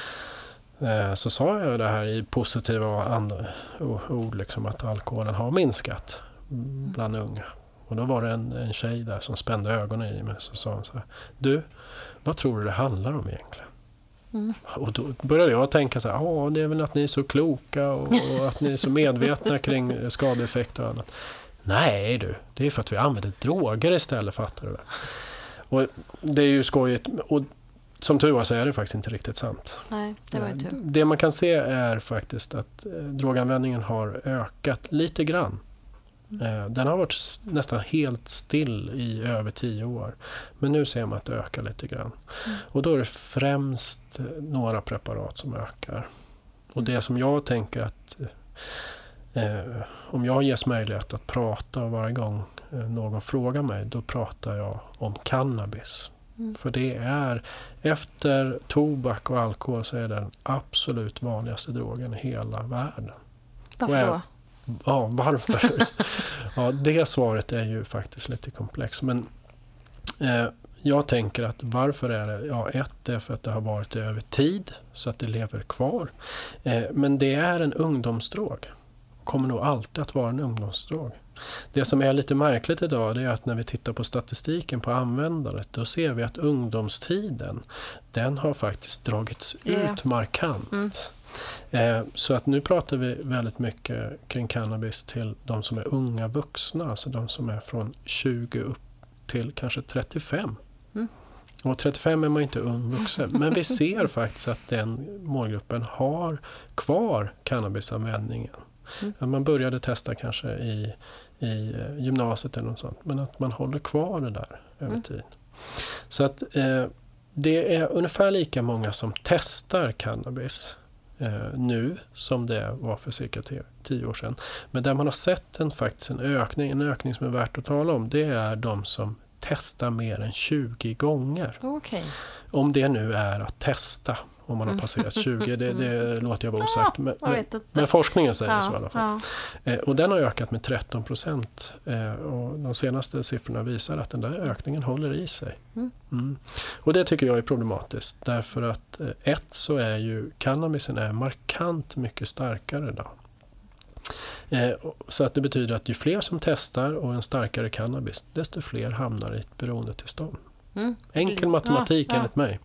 Eh, så sa jag det här i positiva and- ord, liksom, att alkoholen har minskat bland unga. Och då var det en, en tjej där som spände ögonen i mig, så sa hon så här: du, vad tror du det handlar om egentligen? Mm. Och då började jag tänka så här, ja, det är väl att ni är så kloka och, och att ni är så medvetna kring skadeeffekter och annat. Nej du, det är för att vi använder droger istället, fattar du det? Och det är ju skojigt, och som tur var så är det faktiskt inte riktigt sant. Nej, det var ju tur. Det man kan se är faktiskt att eh, droganvändningen har ökat lite grann. Eh, den har varit s- nästan helt still i över tio år. Men nu ser man att det ökar lite grann. Mm. Och då är det främst eh, några preparat som ökar. Och det som jag tänker att eh, om jag ges möjlighet att prata varje gång eh, någon frågar mig, då pratar jag om cannabis. Mm. För det är, efter tobak och alkohol, så är det den absolut vanligaste drogen i hela världen. Varför då? Ja, varför? Ja, det svaret är ju faktiskt lite komplext. Men eh, jag tänker att varför är det? Ja, ett är för att det har varit över tid, så att det lever kvar. Eh, men det är en ungdomsdrog. Kommer nog alltid att vara en ungdomsdrog. Det som är lite märkligt idag, det är att när vi tittar på statistiken på användandet, då ser vi att ungdomstiden, den har faktiskt dragits Yeah. ut markant. Mm. Eh, så att nu pratar vi väldigt mycket kring cannabis till de som är unga vuxna, alltså de som är från tjugo upp till kanske trettiofem. Mm. Och trettiofem är man inte ung vuxen, men vi ser faktiskt att den målgruppen har kvar cannabisanvändningen. Mm. Att man började testa kanske i, i gymnasiet eller något sånt, men att man håller kvar det där över Mm. tid. Så att eh, det är ungefär lika många som testar cannabis eh, nu som det var för cirka tio, tio år sedan. Men där man har sett en, faktiskt en ökning, en ökning som är värt att tala om, det är de som testar mer än tjugo gånger. Okej. Om det nu är att testa, om man har passerat tjugo, det, det låter jag vara osagt. Men, Jag vet inte. men forskningen säger Ja, så i alla fall. ja. Eh, och den har ökat med tretton procent. Eh, och de senaste siffrorna visar att den där ökningen håller i sig. Mm. Mm. Och det tycker jag är problematiskt. Därför att eh, ett så är ju cannabisen är markant mycket starkare idag. Eh, så att det betyder att ju fler som testar och en starkare cannabis, desto fler hamnar i ett beroendetillstånd. Mm. Enkel matematik Ja, ja. enligt mig.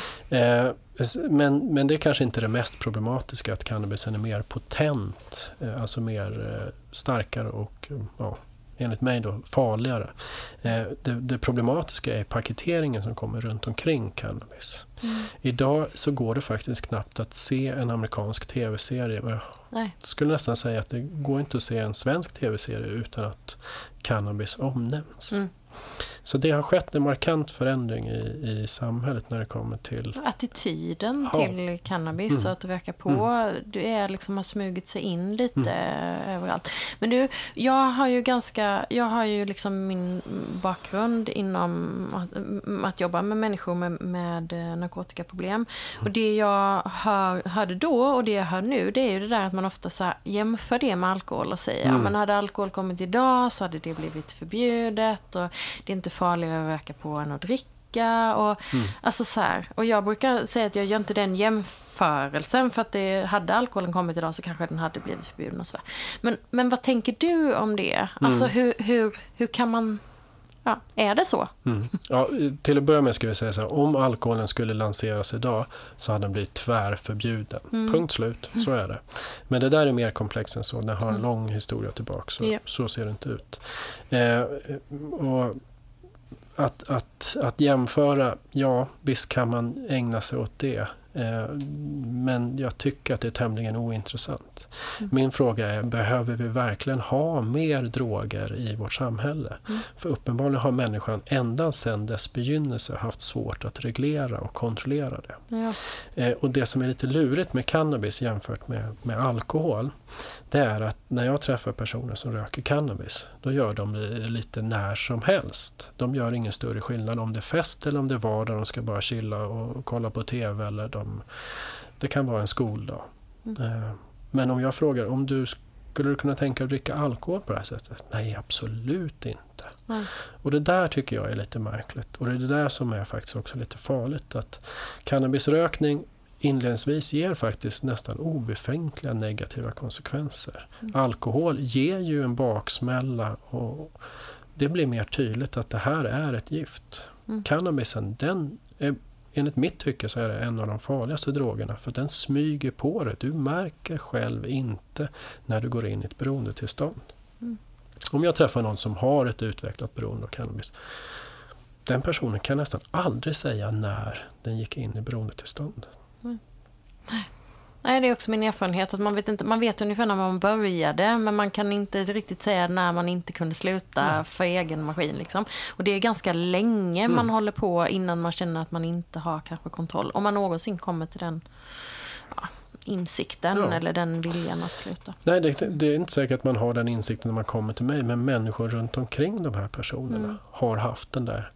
Eh, men, men det är kanske inte det mest problematiska, att cannabisen är mer potent, eh, alltså mer eh, starkare och ja, enligt mig då farligare. Eh, det, det problematiska är paketeringen som kommer runt omkring cannabis. Mm. Idag så går det faktiskt knappt att se en amerikansk tv-serie. Och jag Nej. skulle nästan säga att det går inte att se en svensk tv-serie utan att cannabis omnämns. Mm. Så det har skett en markant förändring i, i samhället när det kommer till... Attityden Ja. till cannabis Mm. och att röka på, det är liksom har smugit sig in lite överallt. Men du, jag har ju ganska, jag har ju liksom min bakgrund inom att, att jobba med människor med, med narkotikaproblem. Och det jag hör, hörde då och det jag hör nu, det är ju det där att man ofta så här jämför det med alkohol och säger, Mm. ja, men hade alkohol kommit idag så hade det blivit förbjudet och det är inte farligare att röka på än att dricka. Och, Mm. alltså så här, och jag brukar säga att jag gör inte den jämförelsen, för att det, hade alkoholen kommit idag så kanske den hade blivit förbjuden och sådär. Men, men vad tänker du om det? Alltså hur, hur, hur kan man... Ja, är det så? Mm. Ja, till att börja med ska vi säga så här, om alkoholen skulle lanseras idag så hade den blivit tvärförbjuden. Mm. Punkt slut, så är det. Men det där är mer komplext än så. Den har en Mm. lång historia tillbaka, så, Ja. så ser det inte ut. Eh, och att, att, att jämföra, ja, visst kan man ägna sig åt det. Eh, men jag tycker att det är tämligen ointressant. Mm. Min fråga är, behöver vi verkligen ha mer droger i vårt samhälle? Mm. För uppenbarligen har människan ända sedan dess begynnelse haft svårt att reglera och kontrollera det. Ja. Eh, och det som är lite lurigt med cannabis jämfört med, med alkohol, det är att när jag träffar personer som röker cannabis, då gör de det lite när som helst. De gör ingen större skillnad om det är fest eller om det är vardag, de ska bara chilla och kolla på tv eller de de, det kan vara en skoldag. Mm. Eh, men om jag frågar, om du skulle du kunna tänka dig att dricka alkohol på det här sättet? Nej, absolut inte. Mm. Och det där tycker jag är lite märkligt. Och det är det där som är faktiskt också lite farligt. Att cannabisrökning inledningsvis ger faktiskt nästan obefintliga negativa konsekvenser. Mm. Alkohol ger ju en baksmälla och det blir mer tydligt att det här är ett gift. Mm. Cannabisen, den är, enligt mitt tycke så är det en av de farligaste drogerna för den smyger på det. Du märker själv inte när du går in i ett beroendetillstånd. Mm. Om jag träffar någon som har ett utvecklat beroende av cannabis, den personen kan nästan aldrig säga när den gick in i beroendetillstånd. Mm. Nej, det är också min erfarenhet att man vet, inte, man vet ungefär när man började, men man kan inte riktigt säga när man inte kunde sluta mm. för egen maskin. Liksom. Och det är ganska länge mm. man håller på innan man känner att man inte har kanske kontroll. Om man någonsin kommer till den ja, insikten ja. eller den viljan att sluta. Nej, det, det är inte säkert att man har den insikten när man kommer till mig, men människor runt omkring de här personerna mm. har haft den där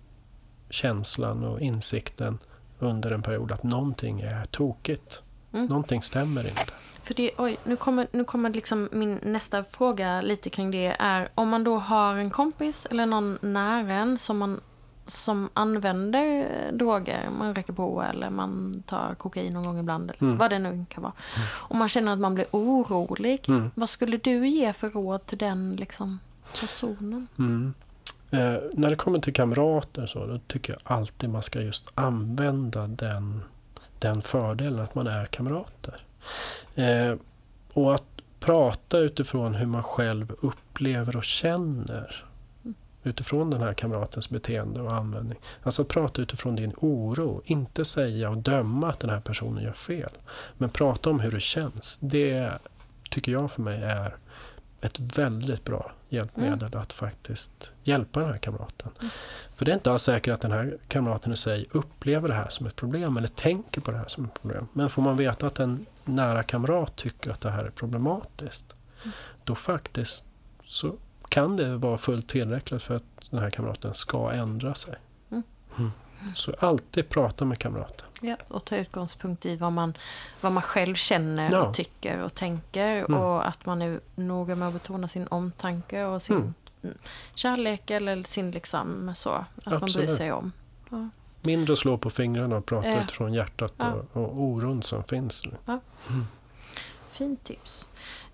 känslan och insikten under en period att någonting är tokigt. Mm. Någonting stämmer inte. För det, oj, nu kommer, nu kommer liksom min nästa fråga lite kring det är om man då har en kompis eller någon nära en som, man, som använder droger, man räcker på eller man tar kokain någon gång ibland eller mm. vad det nu kan vara. Mm. Och man känner att man blir orolig. Mm. Vad skulle du ge för råd till den liksom, personen? Mm. Eh, när det kommer till kamrater så då tycker jag alltid man ska just använda den den fördelen att man är kamrater. Eh, och att prata utifrån hur man själv upplever och känner utifrån den här kamratens beteende och användning. Alltså prata utifrån din oro. Inte säga och döma att den här personen gör fel. Men prata om hur det känns. Det tycker jag för mig är ett väldigt bra hjälpmedel mm. att faktiskt hjälpa den här kamraten. Mm. För det är inte alls säkert att den här kamraten i sig upplever det här som ett problem eller tänker på det här som ett problem. Men får man veta att en nära kamrat tycker att det här är problematiskt, mm. då faktiskt så kan det vara fullt tillräckligt för att den här kamraten ska ändra sig. Mm. Mm. Så alltid prata med kamraten. Ja, och ta utgångspunkt i vad man, vad man själv känner ja. och tycker och tänker mm. och att man är noga med att betona sin omtanke och sin mm. kärlek eller sin liksom så, att Absolut. man bryr sig om. Ja. Mindre slå på fingrarna och prata ja. utifrån hjärtat ja. och, och oron som finns. Ja. Mm. Fint tips.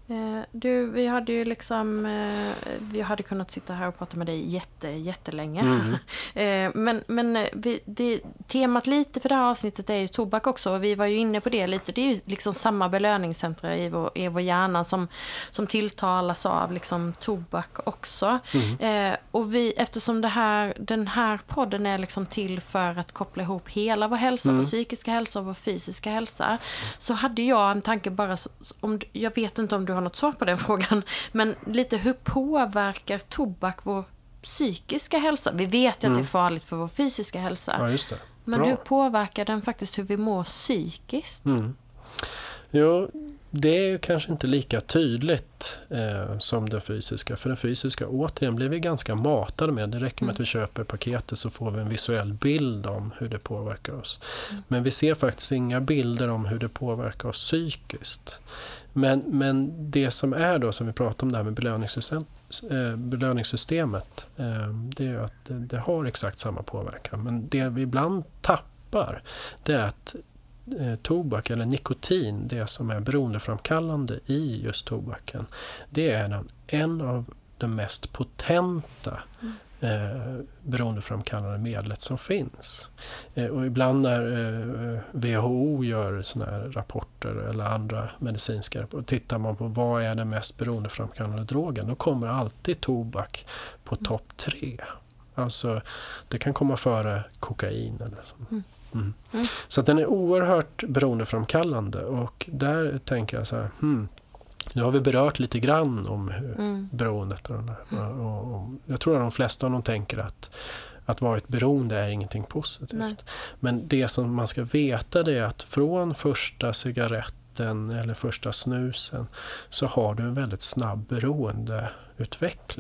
Du, vi hade ju liksom vi hade kunnat sitta här och prata med dig jätte, jättelänge. Mm. men men vi, vi, temat lite för det här avsnittet är ju tobak också och vi var ju inne på det lite. Det är ju liksom samma belöningscentra i vår, i vår hjärna som, som tilltalas av liksom tobak också. Mm. Eh, och vi, eftersom det här, den här podden är liksom till för att koppla ihop hela vår hälsa, mm. vår psykiska hälsa och vår fysiska hälsa, så hade jag en tanke bara, om, jag vet inte om du har något svar på den frågan, men lite hur påverkar tobak vår psykiska hälsa? Vi vet ju mm. att det är farligt för vår fysiska hälsa. Ja, just det. Men Bra. hur påverkar den faktiskt hur vi mår psykiskt? Mm. Jo, det är kanske inte lika tydligt eh, som det fysiska. För det fysiska, återigen, blir vi ganska matade med. Det räcker med mm. att vi köper paketet så får vi en visuell bild om hur det påverkar oss. Mm. Men vi ser faktiskt inga bilder om hur det påverkar oss psykiskt. Men, men det som är då, som vi pratar om det här med belöningssystem, eh, belöningssystemet, eh, det är att det, det har exakt samma påverkan. Men det vi ibland tappar, det är att eh, tobak eller nikotin, det som är beroendeframkallande i just tobaken, det är en, en av de mest potenta mm. Eh, beroendeframkallande medlet som finns. Eh, och ibland när eh, W H O gör såna här rapporter eller andra medicinska rapporter, tittar man på vad är den mest beroendeframkallande drogen, då kommer alltid tobak på mm. topp tre. Alltså det kan komma före kokain eller så. Mm. Mm. Mm. Så att den är oerhört beroendeframkallande och där tänker jag så här, hmm, nu har vi berört lite grann om hur mm. beroendet av den här. Mm. Och, och, jag tror att de flesta av dem tänker att, att vara ett beroende är ingenting positivt. Nej. Men det som man ska veta det är att från första cigaretten eller första snusen så har du en väldigt snabb beroendeutveckling.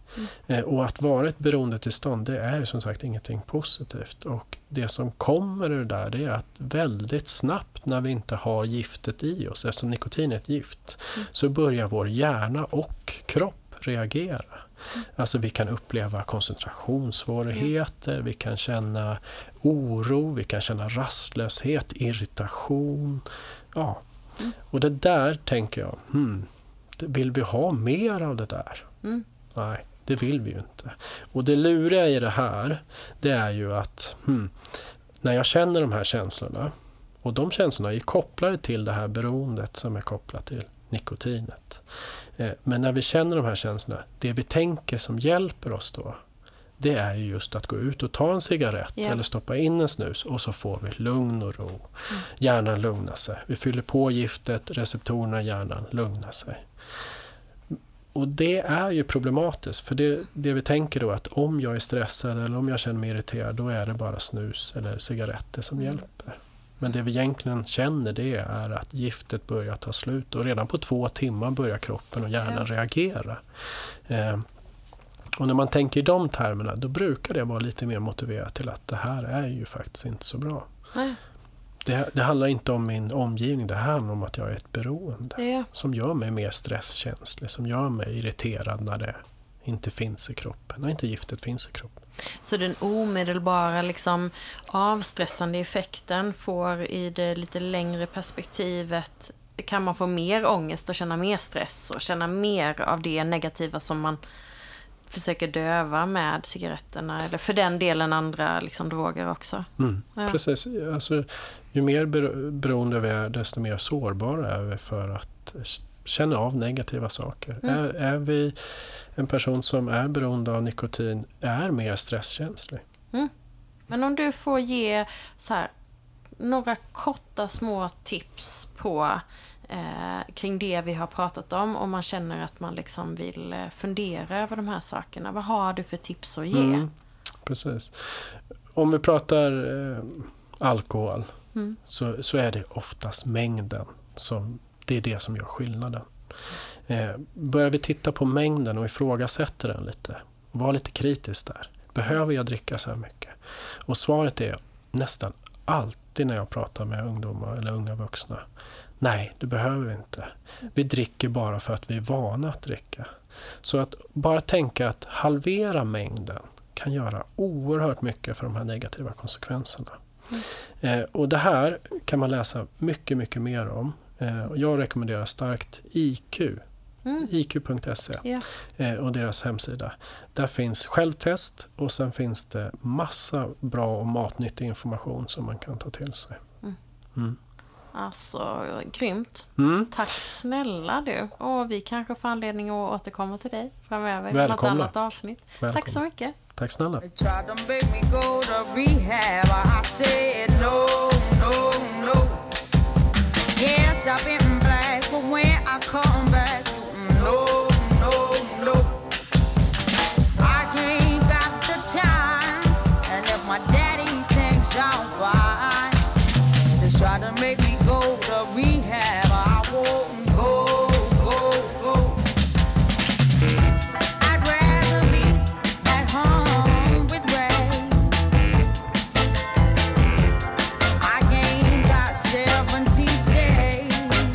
Mm. Eh, och att vara ett beroendetillstånd, det är som sagt ingenting positivt. Och det som kommer ur det där, det är att väldigt snabbt när vi inte har giftet i oss, eftersom nikotin är ett gift, mm. så börjar vår hjärna och kropp reagera. Mm. Alltså vi kan uppleva koncentrationssvårigheter, mm. vi kan känna oro, vi kan känna rastlöshet, irritation. Ja. Mm. Och det där tänker jag, hmm, vill vi ha mer av det där? Mm. Nej, det vill vi ju inte. Och det luriga i det här, det är ju att hmm, när jag känner de här känslorna, och de känslorna är kopplade till det här beroendet som är kopplat till nikotinet. Eh, men när vi känner de här känslorna, det vi tänker som hjälper oss då, det är ju just att gå ut och ta en cigarett yeah. eller stoppa in en snus, och så får vi lugn och ro. Mm. Hjärnan lugnar sig. Vi fyller på giftet, receptorerna i hjärnan lugnar sig. Och det är ju problematiskt, för det, det vi tänker då, att om jag är stressad eller om jag känner mig irriterad, då är det bara snus eller cigaretter som mm. hjälper. Men det vi egentligen känner, det är att giftet börjar ta slut, och redan på två timmar börjar kroppen och hjärnan ja. reagera. Eh, och när man tänker i de termerna, då brukar det vara lite mer motiverat till att det här är ju faktiskt inte så bra. Nej. Det, det handlar inte om min omgivning, det handlar om att jag är ett beroende ja. som gör mig mer stresskänslig, som gör mig irriterad när det inte finns i kroppen, när inte giftet finns i kroppen. Så den omedelbara liksom, avstressande effekten får i det lite längre perspektivet, kan man få mer ångest och känna mer stress och känna mer av det negativa som man försöker döva med cigaretterna, eller för den delen andra liksom, droger också. Mm, ja. Precis. Alltså, ju mer beroende vi är, desto mer sårbara är vi för att känna av negativa saker. Mm. Är, är vi en person som är beroende av nikotin, är mer stresskänslig. Mm. Men om du får ge så här, några korta små tips på Eh, kring det vi har pratat om, om man känner att man liksom vill eh, fundera över de här sakerna. Vad har du för tips att ge? Mm, precis. Om vi pratar eh, alkohol mm. så, så är det oftast mängden som det är det som gör skillnaden. Eh, börjar vi titta på mängden och ifrågasätter den lite och vara lite kritisk där. Behöver jag dricka så här mycket? Och svaret är nästan alltid när jag pratar med ungdomar eller unga vuxna. Nej, det behöver vi inte. Vi dricker bara för att vi är vana att dricka. Så att bara tänka att halvera mängden kan göra oerhört mycket för de här negativa konsekvenserna. Mm. Eh, och det här kan man läsa mycket, mycket mer om. Eh, och jag rekommenderar starkt I Q. Mm. I Q punkt se yeah. eh, och deras hemsida. Där finns självtest och sen finns det massa bra och matnyttig information som man kan ta till sig. Mm. Mm. Alltså, grymt. Mm. Tack snälla du. Och vi kanske får anledning att återkomma till dig framöver. Välkomna. Något annat avsnitt. Välkomna. Tack så mycket. Tack snälla. Try to make me go to rehab, I won't go, go, go. I'd rather be at home with Ray. I ain't got seventy days.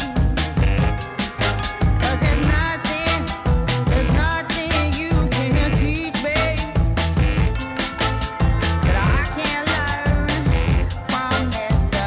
Cause there's nothing, there's nothing you can teach me that I can't learn from Mister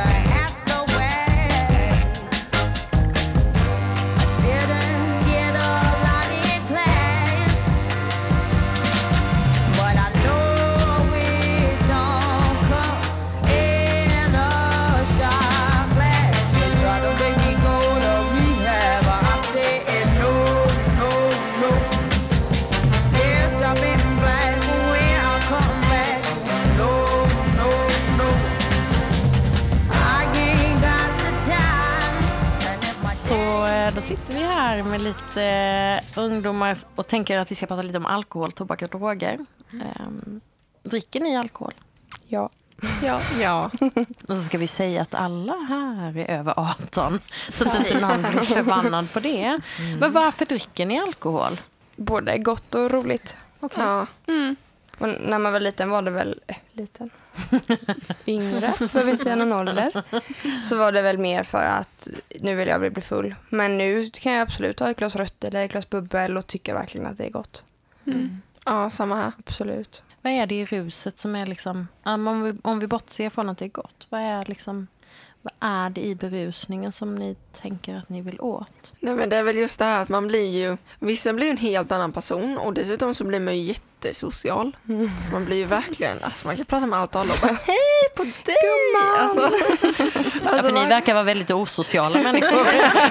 Då sitter vi här med lite ungdomar och tänker att vi ska prata lite om alkohol, tobak och droger. Um, dricker ni alkohol? Ja. Ja. ja. Och så ska vi säga att alla här är över arton. Så att inte någon blir förbannad på det. Mm. Men varför dricker ni alkohol? Både gott och roligt. Okay. Ja. Mm. Och när man var liten var det väl... Äh, liten? Yngre, behöver inte säga någon ålder. Så var det väl mer för att nu vill jag bli, bli full. Men nu kan jag absolut ha ett glas rött eller ett glas bubbel och tycka verkligen att det är gott. Mm. Ja, samma här. Absolut. Vad är det i ruset som är liksom... Om vi, om vi bortser från att det är gott, vad är liksom... Vad är det i berusningen som ni tänker att ni vill åt? Nej, men det är väl just det här att man blir ju... Vissa blir ju en helt annan person och dessutom så blir man ju jättesocial. Mm. Så man blir ju verkligen... Alltså man kan prata med allt och alla och bara hej på dig! Gumman! Alltså, alltså ja, för man... ni verkar vara väldigt osociala människor.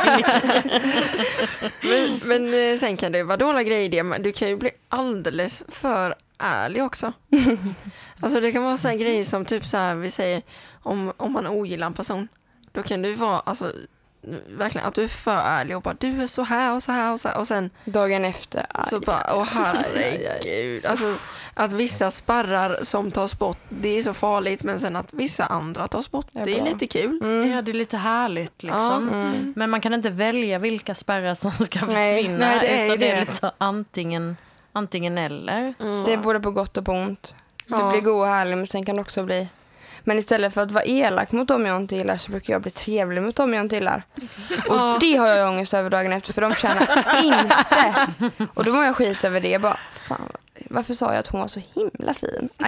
men, men sen kan det vara dåliga grejer det, men du kan ju bli alldeles för ärlig också. Alltså det kan vara så här grejer som typ så här, vi säger om, om man ogillar en person, då kan du vara alltså verkligen att du är för ärlig och bara du är så här och så här och så här och sen dagen efter aj, så bara åh herregud, alltså att vissa sparrar som tas bort, det är så farligt, men sen att vissa andra tas bort, det är, det är lite kul. Mm. Ja, det är lite härligt liksom. Ja. Mm. Men man kan inte välja vilka spärrar som ska försvinna. Nej, det är utan det. det är lite så antingen Antingen eller. Mm. Det är både på gott och på ont. Ja. Du blir god och härlig, men sen kan det också bli... Men istället för att vara elak mot dem jag inte gillar så brukar jag bli trevlig mot dem jag inte gillar. Och Ja. det har jag ångest över dagen efter, för de tjänar inte. Och då mår jag skit över det. Bara, fan, varför sa jag att hon var så himla fin? Nej,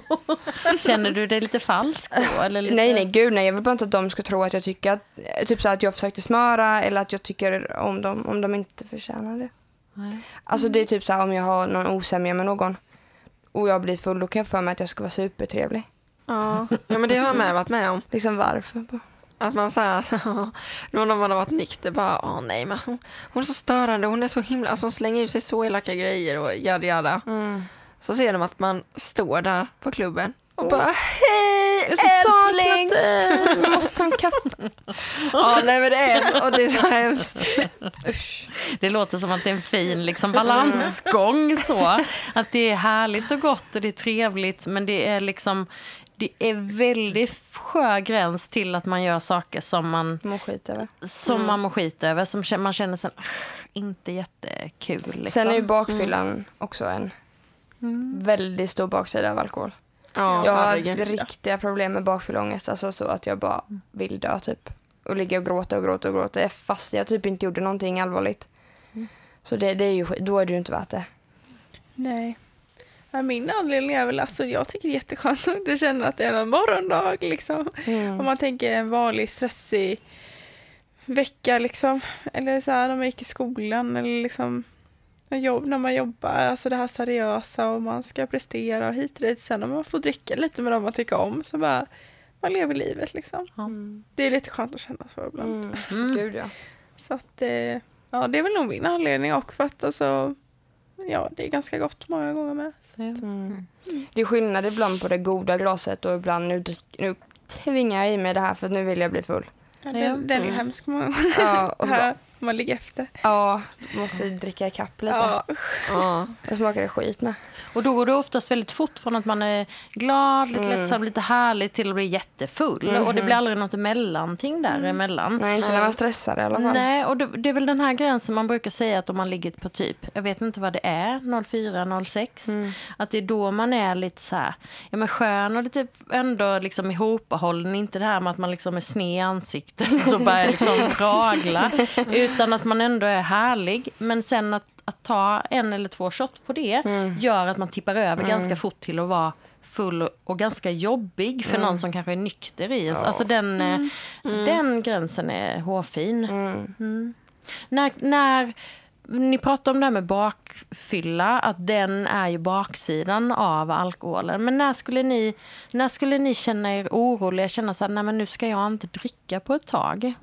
Känner du dig lite falsk då? Eller lite... nej, nej, gud nej. Jag vill bara inte att de ska tro att jag tycker att, typ så att jag försökte smöra eller att jag tycker om dem om de inte förtjänar det. Nej. Alltså det är typ så här, om jag har någon osämja med någon och jag blir full, då kan jag för mig att jag ska vara supertrevlig. Ja. Ja, men det har jag med varit med om. Liksom varför? Att man säger någon av man har varit nykter bara, åh nej, men hon, hon är så störande, hon är så himla, alltså hon slänger ut sig så elaka grejer och jada jada. Mm. Så ser de att man står där på klubben och bara, hej Jag är så älskling! saknat dig. Jag måste ta en kaffe. Ja, nej men det är, och det är så hemskt. Usch. Det låter som att det är en fin liksom, balansgång så. Att det är härligt och gott och det är trevligt, men det är liksom det är väldigt skör gräns till att man gör saker som man Mår skit över. som Mm. man mår skit över, som man känner sen inte jättekul liksom. Sen är ju bakfyllan mm. också en mm. väldigt stor baksida av alkohol. Ja, Jag har herregud. riktiga problem med bakfylleångest, alltså så att jag bara vill dö typ. Och ligga och gråta och gråta och gråta fast jag typ inte gjorde någonting allvarligt. Mm. Så det, det är ju, då är det ju inte värt det. Nej. Ja, min anledning är väl, alltså jag tycker det är jätteskönt att inte känna att det är en morgondag liksom. Mm. Om man tänker en vanlig stressig vecka liksom. Eller så här när man gick i skolan eller liksom jobb, när man jobbar, alltså det här seriösa och man ska prestera och hit och dit. Sen om man får dricka lite med dem man tycker om så bara, man lever livet liksom. Mm. Det är lite skönt att känna så ibland. Mm. Mm. Gud ja. Så att, eh, ja det är väl nog min anledning och för att alltså, ja det är ganska gott många gånger med. Så. Mm. Det är skillnad ibland på det goda glaset och ibland nu, drick, nu tvingar jag i mig det här för att nu vill jag bli full. Ja, den, den är ju Mm. hemsk många gånger. Ja, och så bara, Här, man ligger efter. ja, måste dricka i kapp lite. Ja. Ja. Jag smakar det skit med. Och då går det oftast väldigt fort från att man är glad, lite Mm. lättsam, lite härlig till att bli jättefull. Mhm. Och det blir aldrig något mellanting däremellan. Nej, inte när man stressar i alla fall. Nej, och det, det är väl den här gränsen man brukar säga att om man ligger på typ, jag vet inte vad det är, noll fyra, noll sex. Mm. Att det är då man är lite så här, ja men skön och lite ändå liksom ihopahållen. Inte det här med att man liksom är sned i ansiktet och bara liksom ragla. Utan att man ändå är härlig. Men sen att, att ta en eller två shot på det Mm. gör att man tippar över Mm. ganska fort till att vara full och, och ganska jobbig för Mm. någon som kanske är nykter i ens. Ja. Alltså den, eh, Mm. den gränsen är hårfin. Mm. Mm. När, när ni pratar om det här med bakfylla, att den är ju baksidan av alkoholen. Men när skulle ni, när skulle ni känna er oroliga, känna så här, nej men nu ska jag inte dricka på ett tag?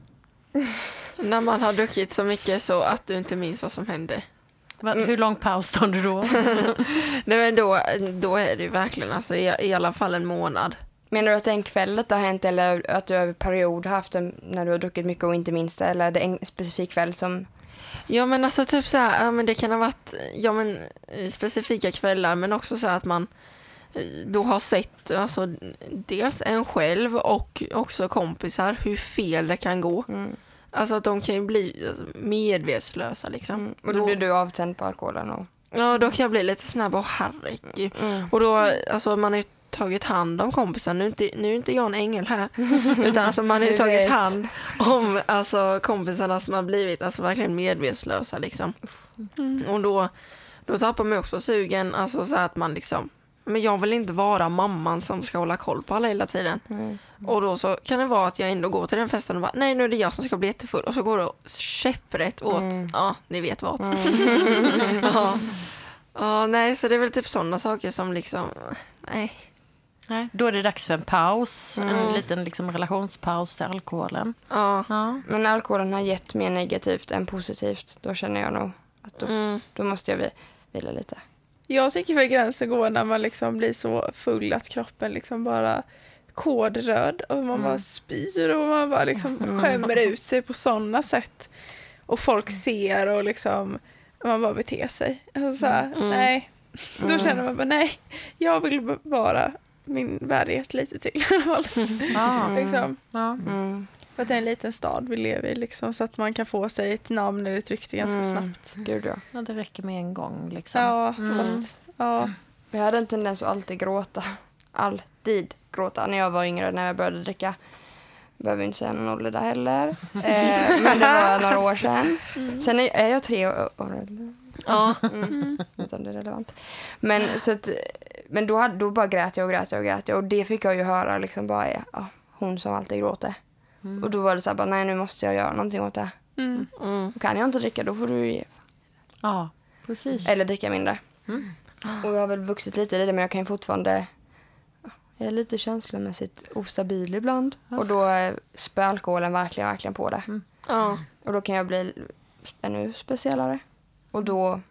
När man har druckit så mycket så att du inte minns vad som hände. Va, hur lång paus tar du då? Nej, men då, då är det ju verkligen alltså, i, i alla fall en månad. Menar du att det är en kväll att det har hänt eller att du över period har haft en, när du har druckit mycket och inte minst det, eller är det en specifik kväll som... Ja men alltså typ så här, ja men det kan ha varit ja men specifika kvällar, men också så här att man då har sett alltså dels en själv och också kompisar hur fel det kan gå. Mm. Alltså att de kan ju bli alltså, medvetslösa liksom. Mm. Och då blir du avtänd på alkoholen och... Ja, då kan jag bli lite snabb och herregud. Mm. Och då, alltså man har ju tagit hand om kompisen. Nu är inte, nu är inte jag en ängel här. Utan alltså man har ju Du tagit vet. hand om alltså, kompisarna som har blivit alltså, verkligen medvetslösa liksom. Mm. Och då, då tappar man också sugen, alltså så att man liksom, men jag vill inte vara mamman som ska hålla koll på alla hela tiden. Mm. Och då så kan det vara att jag ändå går till den festen och bara, nej nu är det jag som ska bli jättefull. Och så går det käpprätt åt, Mm. ja ni vet vad. Mm. ja. ja, nej så det är väl typ sådana saker som liksom, nej. Nej, då är det dags för en paus. En Mm. liten liksom, relationspaus till alkoholen. Ja. Ja. Men alkoholen har gett mer negativt än positivt. Då känner jag nog att då, Mm. då måste jag vi- vila lite. Jag tycker för gränsen går när man liksom blir så full att kroppen liksom bara kodröd och man bara spyr och man bara liksom skämmer ut sig på sådana sätt. Och folk ser och liksom man bara beter sig. Alltså så här, Mm. nej. Då känner man bara nej, jag vill bevara min värdighet lite till i alla fall. Ja. Liksom. Ja. Mm. För att det är en liten stad vi lever i liksom, så att man kan få sig ett namn eller ett rykte ganska Mm. snabbt. Gud ja. Ja, det räcker med en gång. Liksom. Ja, så Mm. att, ja. Jag hade en tendens att alltid gråta. Alltid gråta när jag var yngre, när jag började dricka. Behöver inte säga någon ålder där heller. Eh, men det var några år sedan. Sen är, är jag tre år år äldre. Ja. Mm. Inte om det är relevant. Men, så att, men då, hade, då bara grät jag och grät jag och grät jag. Och det fick jag ju höra liksom bara, ja, hon som alltid gråter. Mm. Och då var det så här, bara, nej nu måste jag göra någonting åt det. Mm. Mm. Kan jag inte dricka, då får du ge. Ja, precis. Eller dricka mindre. Mm. Och jag har väl vuxit lite i det, men jag kan ju fortfarande... Jag är lite känslomässigt ostabil ibland. Ja. Och då eh, spär alkoholen verkligen, verkligen på det. Mm. Ja. Och då kan jag bli ännu speciellare. Och då...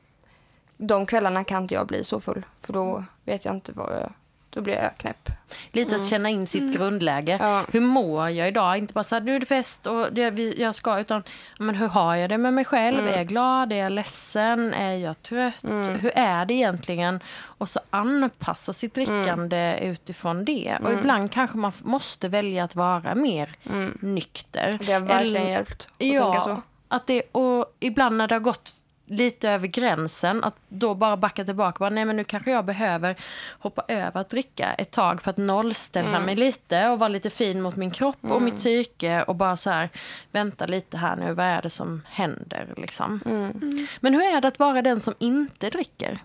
De kvällarna kan inte jag bli så full. För då vet jag inte vad jag... Då blir jag knäpp. Lite att känna in sitt grundläge. Ja. Hur mår jag idag? Inte bara så här, nu är det fest och det vi, jag ska, utan men hur har jag det med mig själv? Mm. Är jag glad? Är jag ledsen? Är jag trött? Mm. Hur är det egentligen? Och så anpassa sitt drickande utifrån det. Och Mm. ibland kanske man f- måste välja att vara mer Mm. nykter. Det har verkligen Eller- hjälpt att tänka så. Ja, att det, och ibland när det har gått lite över gränsen, att då bara backa tillbaka. Bara, nej, men nu kanske jag behöver hoppa över att dricka ett tag för att nollställa Mm. mig lite och vara lite fin mot min kropp och mitt psyke och bara så här, vänta lite här nu, vad är det som händer liksom. Mm. Men hur är det att vara den som inte dricker?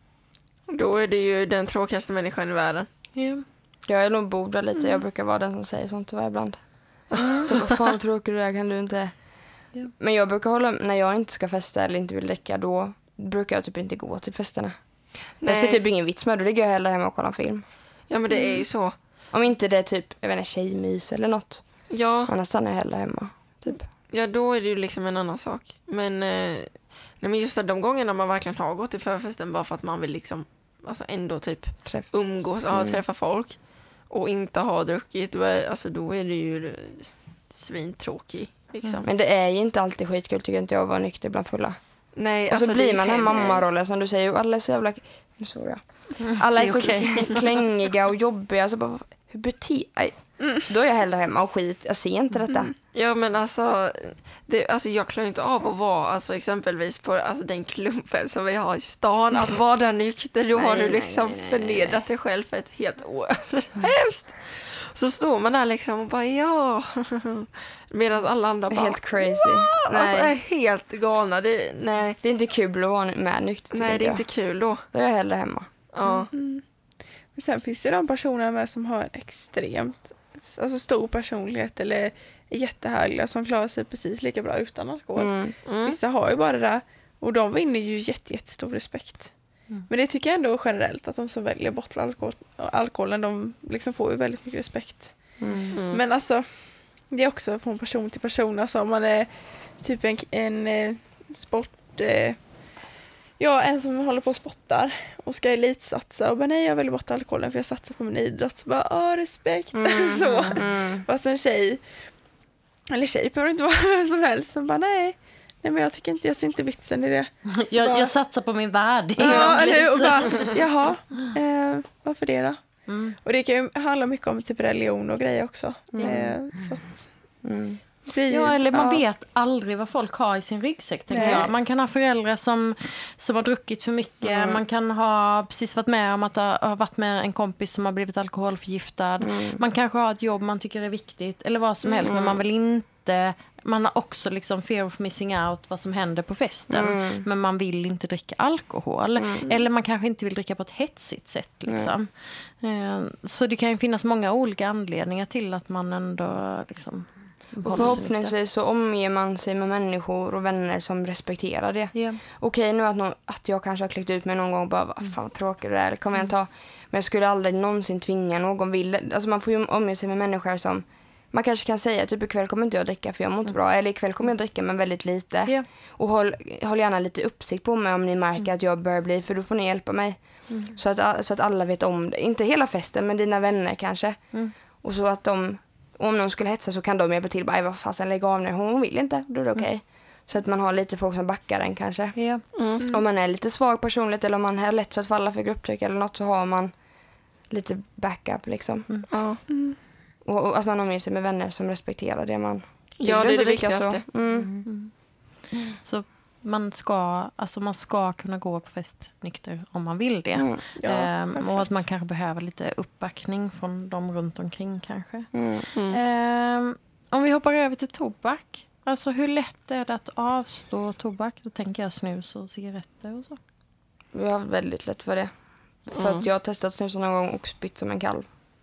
Då är det ju den tråkigaste människan i världen. Ja. Jag är nog bordad lite. Jag brukar vara den som säger sånt tyvärr ibland. Så vad fan tråkigt det där, kan du inte... Ja. Men jag brukar hålla... När jag inte ska festa eller inte vill dricka, då brukar jag typ inte gå till festerna. Jag ser typ ingen vits med, då ligger jag hellre hemma och kollar en film. Ja men det är ju så. Om inte det är typ, jag vet inte, tjejmys eller något. Ja, Annars stannar jag hellre hemma. Typ. ja då är det ju liksom en annan sak. Men, eh, nej, men just de gångerna man verkligen har gått till förfesten bara för att man vill liksom, alltså ändå typ Träff. umgås, ja, Mm. träffa folk och inte ha druckit, då är, alltså, då är det ju svintråkig. Liksom. Men det är ju inte alltid skitkul tycker inte jag att vara nykter bland fulla. Nej, Och alltså, så det är blir man den hemskt. mammarollen som du säger. Och alla är så jävla... Nu såg jag. Alla är, det är så okej. klängiga och jobbiga. Alltså bara, hur beter... Aj. Då är jag hellre hemma och skit. Jag ser inte detta. Ja men alltså, det, alltså jag klarar inte av att vara alltså, exempelvis på alltså, den klubben som vi har i stan, att vara där nykter, då Nej, har du nej, liksom nej, nej, förnedrat dig själv för ett helt år. Hemskt! Så står man där liksom och bara ja, medan alla andra bara Helt crazy. alltså, är Nej. helt galna. Det, nej, Det är inte kul att vara med nykter. tycker nej det är jag. inte kul då. Då är jag hellre hemma. Ja. Men sen finns det ju de personerna med som har en extremt alltså stor personlighet eller är jättehärliga som klarar sig precis lika bra utan alkohol. Mm. Mm. Vissa har ju bara det där och de vinner ju jätte, jättestor respekt. Mm. Men det tycker jag ändå generellt att de som väljer bort alkohol, alkoholen de liksom får ju väldigt mycket respekt. Mm. Mm. Men alltså det är också från person till person. Alltså om man är typ en, en eh, sport... Eh, ja, en som håller på och spottar och ska elitsatsa och bara nej, jag vill bort alkoholen för jag satsar på min idrott. Så bara, åh, respekt. Mm. Så. Mm. Fast en tjej, eller tjej behöver inte vara vem som helst, som bara nej, nej men jag tycker inte, jag ser inte vitsen i det. Jag, bara- jag satsar på min värld. Ja, eller och bara, jaha, eh, varför det då? Mm. Och det kan ju handla mycket om typ religion och grejer också. Mm. Eh, så att, Mm. blir ju, Ja, eller man ja. vet aldrig vad folk har i sin ryggsäck. tänker Nej. jag. Man kan ha föräldrar som, som har druckit för mycket. Mm. Man kan ha precis varit med om att ha, ha varit med en kompis som har blivit alkoholförgiftad. Mm. Man kanske har ett jobb man tycker är viktigt. Eller vad som helst, men man vill inte... Man har också liksom fear of missing out vad som händer på festen. Mm. Men man vill inte dricka alkohol. Eller man kanske inte vill dricka på ett hetsigt sätt. Liksom. Eh, Så det kan ju finnas många olika anledningar till att man ändå... Liksom, Och håller sig förhoppningsvis så omger man sig med människor och vänner som respekterar det. nykter. Ja. Okej, nu att, någon, att jag kanske har kläckt ut mig någon gång och bara, vad fan vad tråkigt det är, kommer jag ta. Men jag skulle aldrig någonsin tvinga någon vilja. Alltså man får ju omge sig med människor som man kanske kan säga, typ ikväll kommer inte jag dricka för jag mår inte bra. Eller ikväll kommer jag dricka men väldigt lite. Ja. Och håll, håll gärna lite uppsikt på mig om ni märker att jag börjar bli, för då får ni hjälpa mig. Så, att, så att alla vet om det. Inte hela festen, men dina vänner kanske. Och så att de, om någon skulle hetsa så kan de hjälpa till. Bara, vad fasen, lägga av när hon vill inte. Då är det okej. Okay. Så att man har lite folk som backar den kanske. Ja. Om man är lite svag personligt eller om man har lätt för att falla för grupptryck eller något, så har man lite backup liksom. Ja. Och, och att man omger sig med vänner som respekterar det man Ja, vill det är inte det dricka viktigaste. Så. Mm. Så man ska, alltså man ska kunna gå på fest nykter om man vill det. Mm. Ja, Ehm, självklart. och att man kanske behöver lite uppbackning från de runt omkring kanske. Mm. Ehm, om vi hoppar över till tobak. Alltså hur lätt är det att avstå tobak? Då tänker jag snus och cigaretter och så. Jag har väldigt lätt för det. För Mm. att jag har testat snusa någon gång och spytt som en kalv.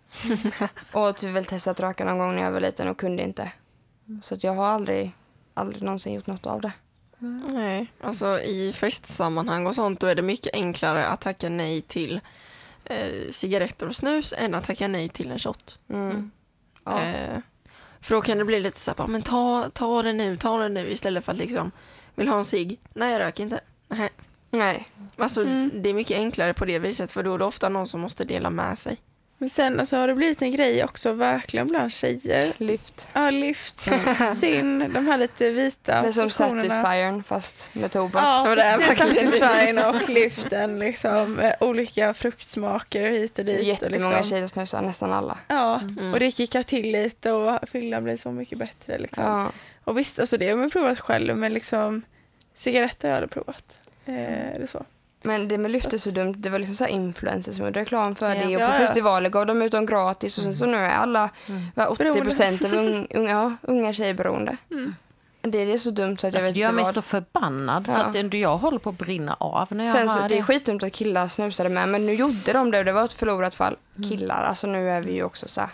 Och typ väl testat röka någon gång när jag var liten och kunde inte. Så att jag har aldrig, aldrig någonsin gjort något av det. Nej, alltså i festsammanhang och sånt då är det mycket enklare att tacka nej till eh, cigaretter och snus än att tacka nej till en shot. Mm. Ja. Eh, för då kan det bli lite så här, men ta, ta det nu, ta det nu istället för att liksom, vill ha en cigg? Nej, jag röker inte. Nej. Nej. Alltså Mm. det är mycket enklare på det viset, för då är det ofta någon som måste dela med sig. Men sen alltså, har det blivit en grej också verkligen bland tjejer. Lyft. Ja, lyft, syn, de här lite vita Det är som portionerna. Satisfyern fast med tobak. Ja, Ja, det det är är, det är verkligen- Satisfyern och lyften liksom, eh, olika fruktsmaker hit och dit. Och Jättemånga liksom. tjejer snusar, nästan alla. Ja, Mm. och det kickar till lite och fyllan blir så mycket bättre liksom. Ja. Och visst, alltså det har man provat själv, men liksom cigaretter har jag aldrig provat. Eh, är det så? Men det med lyft är så dumt. Det var liksom så här influencers som gjorde reklam för Ja. det. Och Ja, på ja. festivaler gav de ut dem gratis. Och sen så nu är alla var åttio procent av un, unga, ja, unga tjejer beroende. Det är det så dumt så att jag Alltså, vet det gör inte mig vad. så förbannad så Ja. att ändå jag håller på att brinna av när jag Sen hör så, det är det. skitdumt att killar snusade med. Men nu gjorde de det och det var ett förlorat fall. Killar, alltså nu är vi ju också så här.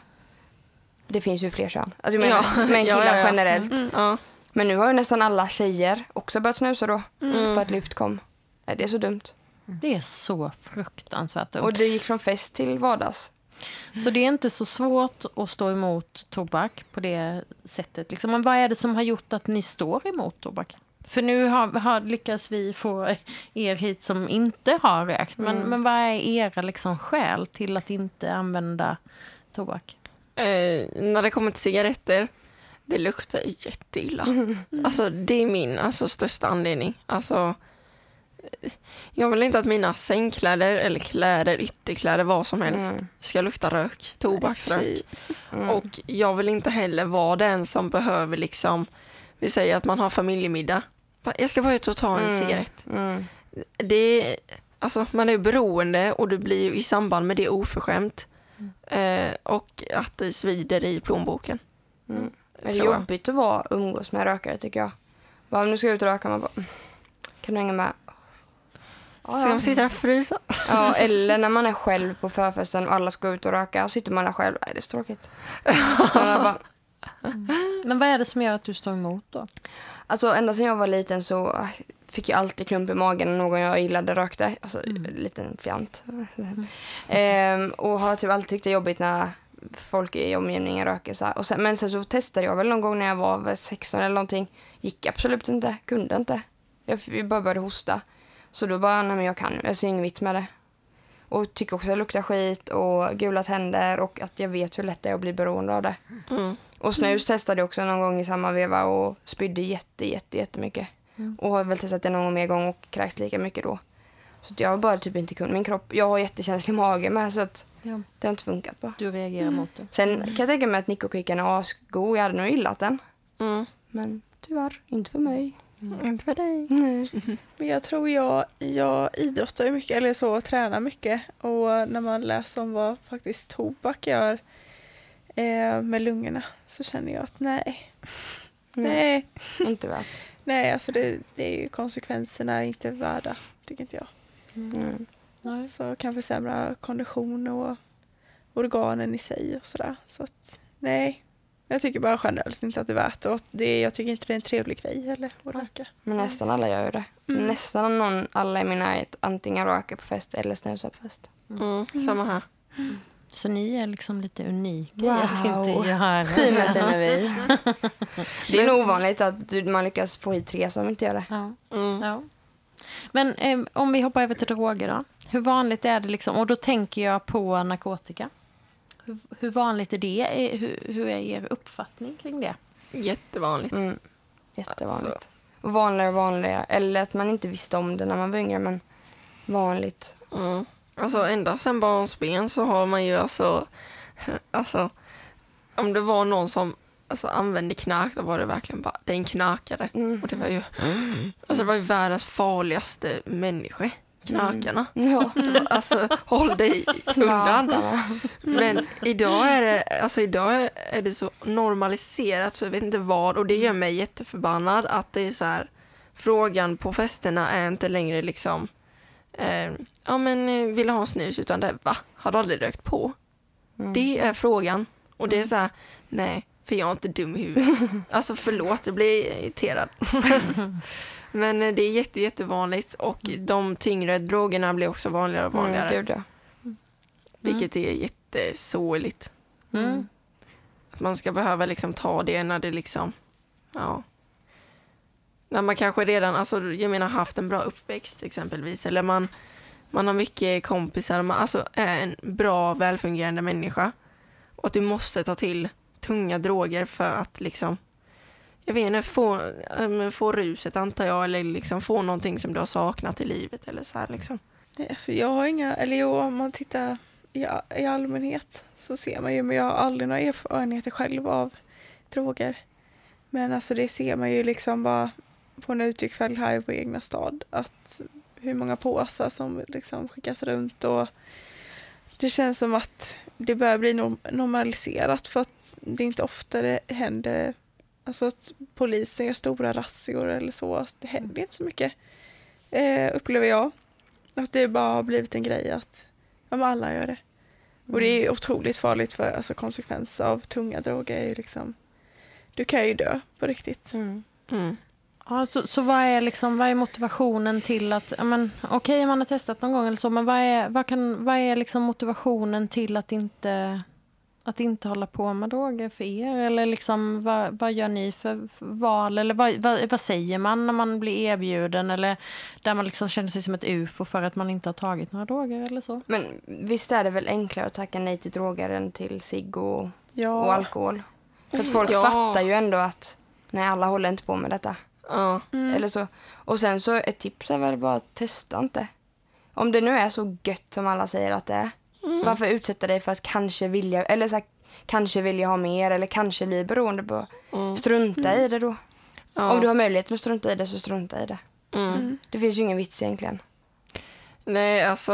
Det finns ju fler kön. Alltså jag menar, Ja. men Ja, killar ja, ja. generellt. Ja. Men nu har ju nästan alla tjejer också börjat snusa då. Mm. För att lyft kom. Nej, det är så dumt. Det är så fruktansvärt dumt. Och det gick från fest till vardags. Så det är inte så svårt att stå emot tobak på det sättet. Liksom. Men vad är det som har gjort att ni står emot tobak? För nu har, har, lyckas vi få er hit som inte har rökt. Men, Mm. men vad är era liksom, skäl till att inte använda tobak? Eh, när det kommer till cigaretter, det luktar jätteilla. Alltså det är min alltså, största anledning. Alltså, eh, jag vill inte att mina sängkläder eller kläder, ytterkläder, vad som helst Mm. ska lukta rök, tobaksrök. Mm. Och jag vill inte heller vara den som behöver liksom, vi säger att man har familjemiddag. Jag ska bara ut och ta en Mm. cigarett. Mm. Det är, alltså, man är ju beroende och det blir ju i samband med det oförskämt. Eh, och att det svider i plånboken. Mm. Men det är tror jag. jobbigt att vara umgås med rökare tycker jag. Bara, nu ska jag ut och röka, man bara, kan du hänga med? Ja, Ska ja. man sitta och frysa? Ja, eller när man är själv på förfesten och alla ska ut och röka och sitter man där själv. Nej, det är så tråkigt. Men jag bara, Men vad är det som gör att du står emot då? alltså ända sedan jag var liten så fick jag alltid klump i magen när någon jag gillade rökte. Alltså en liten fjant. ehm, och har typ alltid tyckt det är jobbigt när folk i omgivningen röker så här. Och sen, men sen så testade jag väl någon gång när jag var sexton eller någonting. Gick absolut inte, kunde inte. Jag f- bara började hosta. Så då bara, nej men jag kan, jag ser ingen vits med det. Och tycker också att det luktar skit och gula tänder och att jag vet hur lätt det är att bli beroende av det. Mm. Och snus testade jag också någon gång i samma veva och spydde jätte, jätte, jättemycket. Mm. Och har väl testat det någon mer gång och kräkt lika mycket då. Så att jag har bara typ inte kunnat. Min kropp, jag har jättekänslig mage med så att Ja. det har inte funkat bara. Du reagerar mot det. Sen kan jag tänka mig att Nico-kicken är asgod. Jag hade nog gillat den. Mm. Men tyvärr, inte för mig. Mm. Inte för dig. Nej. Men jag tror jag, jag idrottar ju mycket, eller så, tränar mycket. Och när man läser om vad faktiskt tobak gör eh, med lungorna så känner jag att nej. Nej. Inte värt. Nej, alltså det, det är ju konsekvenserna är inte värda, tycker inte jag. Mm. Nej. Så kan försämra kondition och organen i sig och sådär. Så att nej, jag tycker bara generellt inte att det är värt och det. Jag tycker inte det är en trevlig grej heller att röka. Men nästan alla gör ju det. Mm. Nästan någon, alla i min närhet antingen röker på fest eller snusar på fest. Mm. Samma här. Så ni är liksom lite unika i Wow. att inte göra Fina, fina vi. Det är nog ovanligt att du- man lyckas få hit tre som inte gör det. Ja. Mm. Ja. Men eh, om vi hoppar över till droger då. Hur vanligt är det liksom? Och då tänker jag på narkotika. Hur, hur vanligt är det? Är- Hur, hur är er uppfattning kring det? Jättevanligt. Mm. Jättevanligt. Och vanligare och vanligare. Eller att man inte visste om det när man var yngre, men vanligt. Mm. Alltså ända sedan barnsben så har man ju alltså, alltså om det var någon som alltså, använde knark, då var det verkligen bara den knarkade. Mm. Och det var ju alltså det var ju världens farligaste människor, knarkarna. Ja. Alltså håll dig undan. Knarkarna. Men idag är det alltså idag är det så normaliserat så jag vet inte vad, och det gör mig jätteförbannad att det är så här, frågan på festerna är inte längre liksom eh, ja men eh, vill du ha en snus, utan det är, va? Har du aldrig rökt på? Mm. Det är frågan. Och det är så här, nej, för jag är inte dum i huvudet. Alltså förlåt, jag blir irriterad. Men eh, det är jätte, jättevanligt och de tyngre drogerna blir också vanligare och vanligare. Mm, gud, ja. Vilket är jättesorgligt. Mm. Att man ska behöva liksom ta det när det liksom, ja. När man kanske redan, alltså jag menar haft en bra uppväxt exempelvis. Eller man, man har mycket kompisar, man alltså är en bra, välfungerande människa. Och att du måste ta till tunga droger för att liksom, jag vet inte, få, äh, få ruset antar jag. Eller liksom få någonting som du har saknat i livet eller så här liksom. Nej, alltså jag har inga, eller jo, om man tittar i, i allmänhet så ser man ju, men jag har aldrig några erfarenheter själv av droger. Men alltså det ser man ju liksom bara på en utekväll här i vår egna stad, att hur många påsar som liksom skickas runt, och det känns som att det börjar bli normaliserat, för att det är inte ofta det händer, alltså att polisen gör stora razzior eller så, det händer inte så mycket, eh, upplever jag. Att det bara har blivit en grej att ja, alla gör det. Och det är otroligt farligt, för alltså, konsekvenser av tunga droger är ju liksom, du kan ju dö på riktigt. Mm. Mm. Ja, så, så vad är liksom, vad är motivationen till att, ja, men okej, man har testat någon gång eller så, men vad är, vad kan, vad är liksom motivationen till att inte, att inte hålla på med droger för er? Eller liksom, vad, vad gör ni för, för val? Eller vad, vad, vad säger man när man blir erbjuden? Eller där man liksom känner sig som ett U F O för att man inte har tagit några droger eller så? Men visst är det väl enklare att tacka nej till droger än till cigg och, Ja. och alkohol? För att folk Ja. fattar ju ändå att nej, alla håller inte på med detta. Ja. Eller så. Och sen så ett tips är väl bara att testa inte. Om det nu är så gött som alla säger att det är. Varför utsätta dig för att kanske vilja, eller så här, kanske vilja ha mer, eller kanske bli beroende på. Mm. Strunta i det då. Ja. Om du har möjligheten att strunta i det, så strunta i det. Mm. Det finns ju ingen vits egentligen. Nej, alltså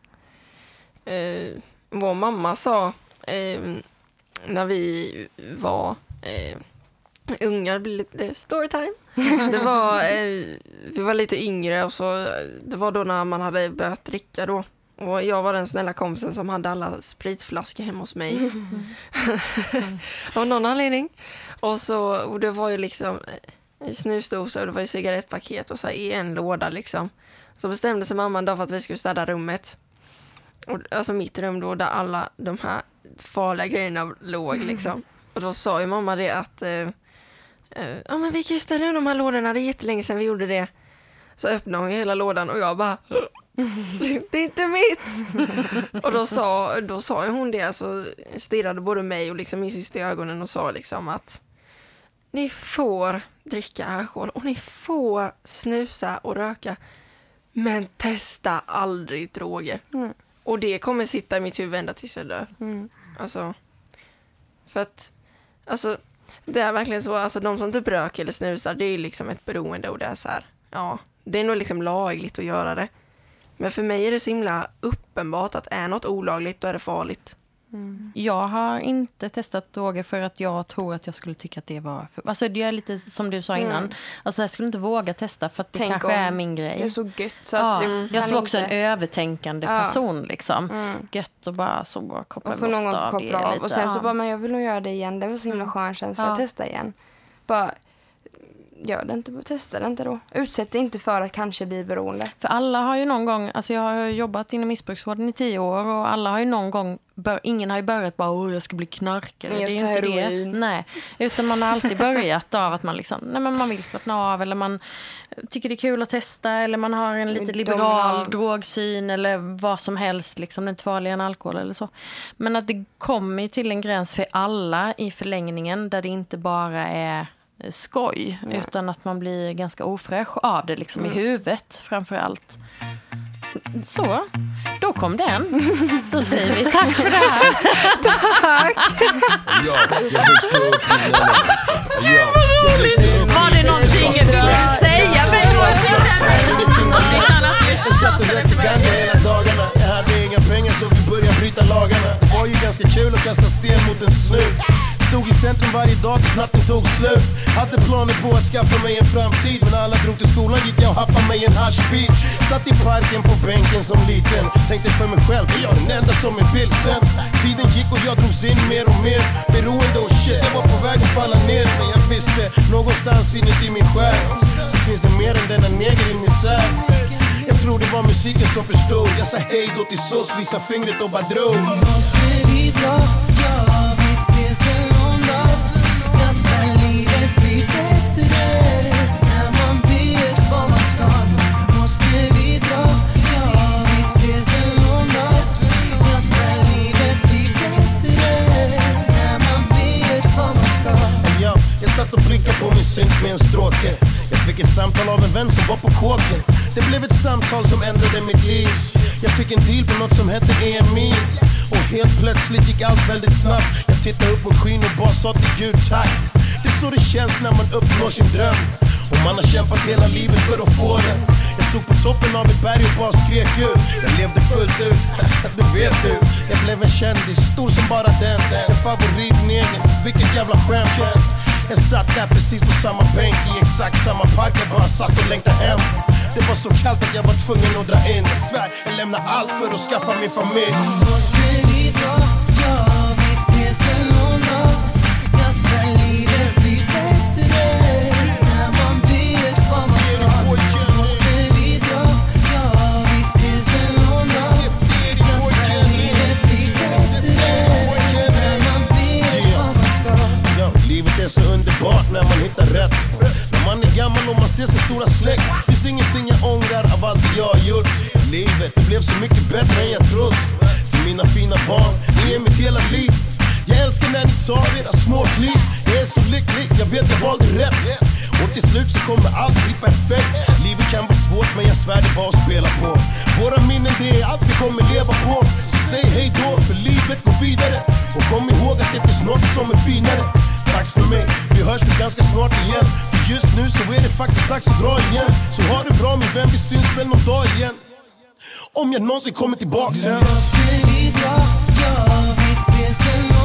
eh, vår mamma sa eh, när vi var eh, unga, det blir lite storytime. Det var, eh, vi var lite yngre och så, det var då när man hade börjat dricka då. Och jag var den snälla kompisen som hade alla spritflaskor hemma hos mig. Av någon anledning. Och så, och det var ju liksom snusdosa och det var ju cigarettpaket och så i en låda liksom. Så bestämde sig mamman då för att vi skulle städa rummet. Och, alltså mitt rum då, där alla de här farliga grejerna låg liksom. Och då sa ju mamma det att eh, eh, ja men vi kan ju ställa in de här lådorna, det är jättelänge sedan vi gjorde det. Så öppnade hon hela lådan och jag bara det är inte mitt. Och då sa, då sa hon det, alltså stirrade både mig och liksom min syster i ögonen och sa liksom att ni får dricka alkohol och ni får snusa och röka, men testa aldrig droger. Mm. Och det kommer sitta i mitt huvud ända tills jag dör. Mm. Alltså, för att alltså, Det är verkligen så, alltså de som typ röker eller snusar, det är liksom ett beroende och det är så här, ja, det är nog liksom lagligt att göra det. Men för mig är det så himla uppenbart att är något olagligt, då är det farligt. Mm. Jag har inte testat droger för att jag tror att jag skulle tycka att det var... För, alltså det är lite som du sa innan. Mm. Alltså jag skulle inte våga testa för att det Tänk kanske är min grej. Det är så gött. Så ja, att jag jag jag är också inte... en övertänkande ja. person liksom. Mm. Gött och bara så bara koppla och för någon av koppla av. lite. Och sen ja. så bara, men jag vill nog göra det igen. Det var så himla mm. skön känsla ja. att testa igen. Bara... Gör det inte, testa det inte då. Utsätt det inte för att kanske bli beroende. För alla har ju någon gång, alltså jag har jobbat inom missbruksvården i tio år och alla har ju någon gång, bör, ingen har ju börjat bara, åh jag ska bli knarkare. Nej, det är ju inte heroin. Det. Nej, utan man har alltid börjat av att man liksom, nej men man vill slappna av eller man tycker det är kul att testa eller man har en lite liberal de... drogsyn eller vad som helst, liksom, det är inte farligare än alkohol eller så. Men att det kommer till en gräns för alla i förlängningen där det inte bara är skoj, mm. utan att man blir ganska ofräsch av det liksom mm. i huvudet framför allt. Så, då kom den. Då säger vi tack för det här. Tack! Ja, jag växte upp i ja, vad roligt! Var det någonting du ville säga? Men jag satt och räckte ganga hela dagarna. Jag hade inga pengar så vi började bryta lagarna. Det var ju ganska kul att kasta sten mot en snut. Stod i centrum varje dag tills natten tog slut. Hade planer på att skaffa mig en framtid, men alla drog till skolan gick jag och haffade mig en hashbeat. Satt i parken på bänken som liten. Tänkte för mig själv, är jag den enda som är vilsen? Tiden gick och jag drogs in mer och mer. Beroende och shit, jag var på väg att falla ner. Men jag visste, någonstans inuti min själ så finns det mer än denna neger i misär. Jag tror det var musiken som förstod. Jag sa hej då till sås, visa fingret och bara drog. Måste vi dra? Ja, vi ses väl någon dag. Jag sa livet blir bättre när man vet vad man ska. Måste vi dra? Ja, vi ses väl någon dag. Jag sa livet blir bättre när man vet vad man ska. Ja, jag satt och blickade på min synt med en stråke. Jag fick ett samtal av en vän som var på kåken. Det blev ett samtal som ändrade mitt liv. Jag fick en deal på något som hette E M I. Och helt plötsligt gick allt väldigt snabbt. Jag tittade upp mot skyn och bara sa till Gud tack. Det är så det känns när man uppnår sin dröm. Och man har kämpat hela livet för att få den. Jag stod på toppen av ett berg och bara skrek ut. Jag levde fullt ut, det vet du. Jag blev en kändis, stor som bara den. En favoritnegen, vilket jävla skämt. Jag satt där precis på samma bänk i exakt samma park. Jag bara satt och längtade hem. Det var så kallt att jag var tvungen att dra in. Jag svär, jag lämnar allt för att skaffa min familj. Måste vi dra? Ja, vi ses väl någon dag. Jag svär livet blir bättre när man vet vad man ska. Måste vi dra? Ja, vi ses väl någon dag. Jag svär livet blir bättre när man vet vad man ska. Ja, livet är så underbart när man hittar rätt. När man är gammal och man ser sin stora släkt. Finns ingenting jag ångrar av allt jag har gjort. Livet, det blev så mycket bättre än jag trott. Till mina fina barn, ni är mitt hela liv. Jag älskar när ni tar era små kliv. Jag är så lycklig, jag vet jag valde rätt. Och till slut så kommer allt bli perfekt. Livet kan vara svårt men jag svär det bara att spela på. Våra minnen det är allt vi kommer leva på. Så säg hej då, för livet går vidare. Och kom ihåg att det finns något som är finare. Tack för mig, vi hörs väl ganska snart igen. För just nu så är det faktiskt dags att dra igen. Så ha det bra min vän, vi syns väl någon dag igen. Om jag någonsin kommer tillbaka sen. Måste vi dra? Ja, vi ses väl.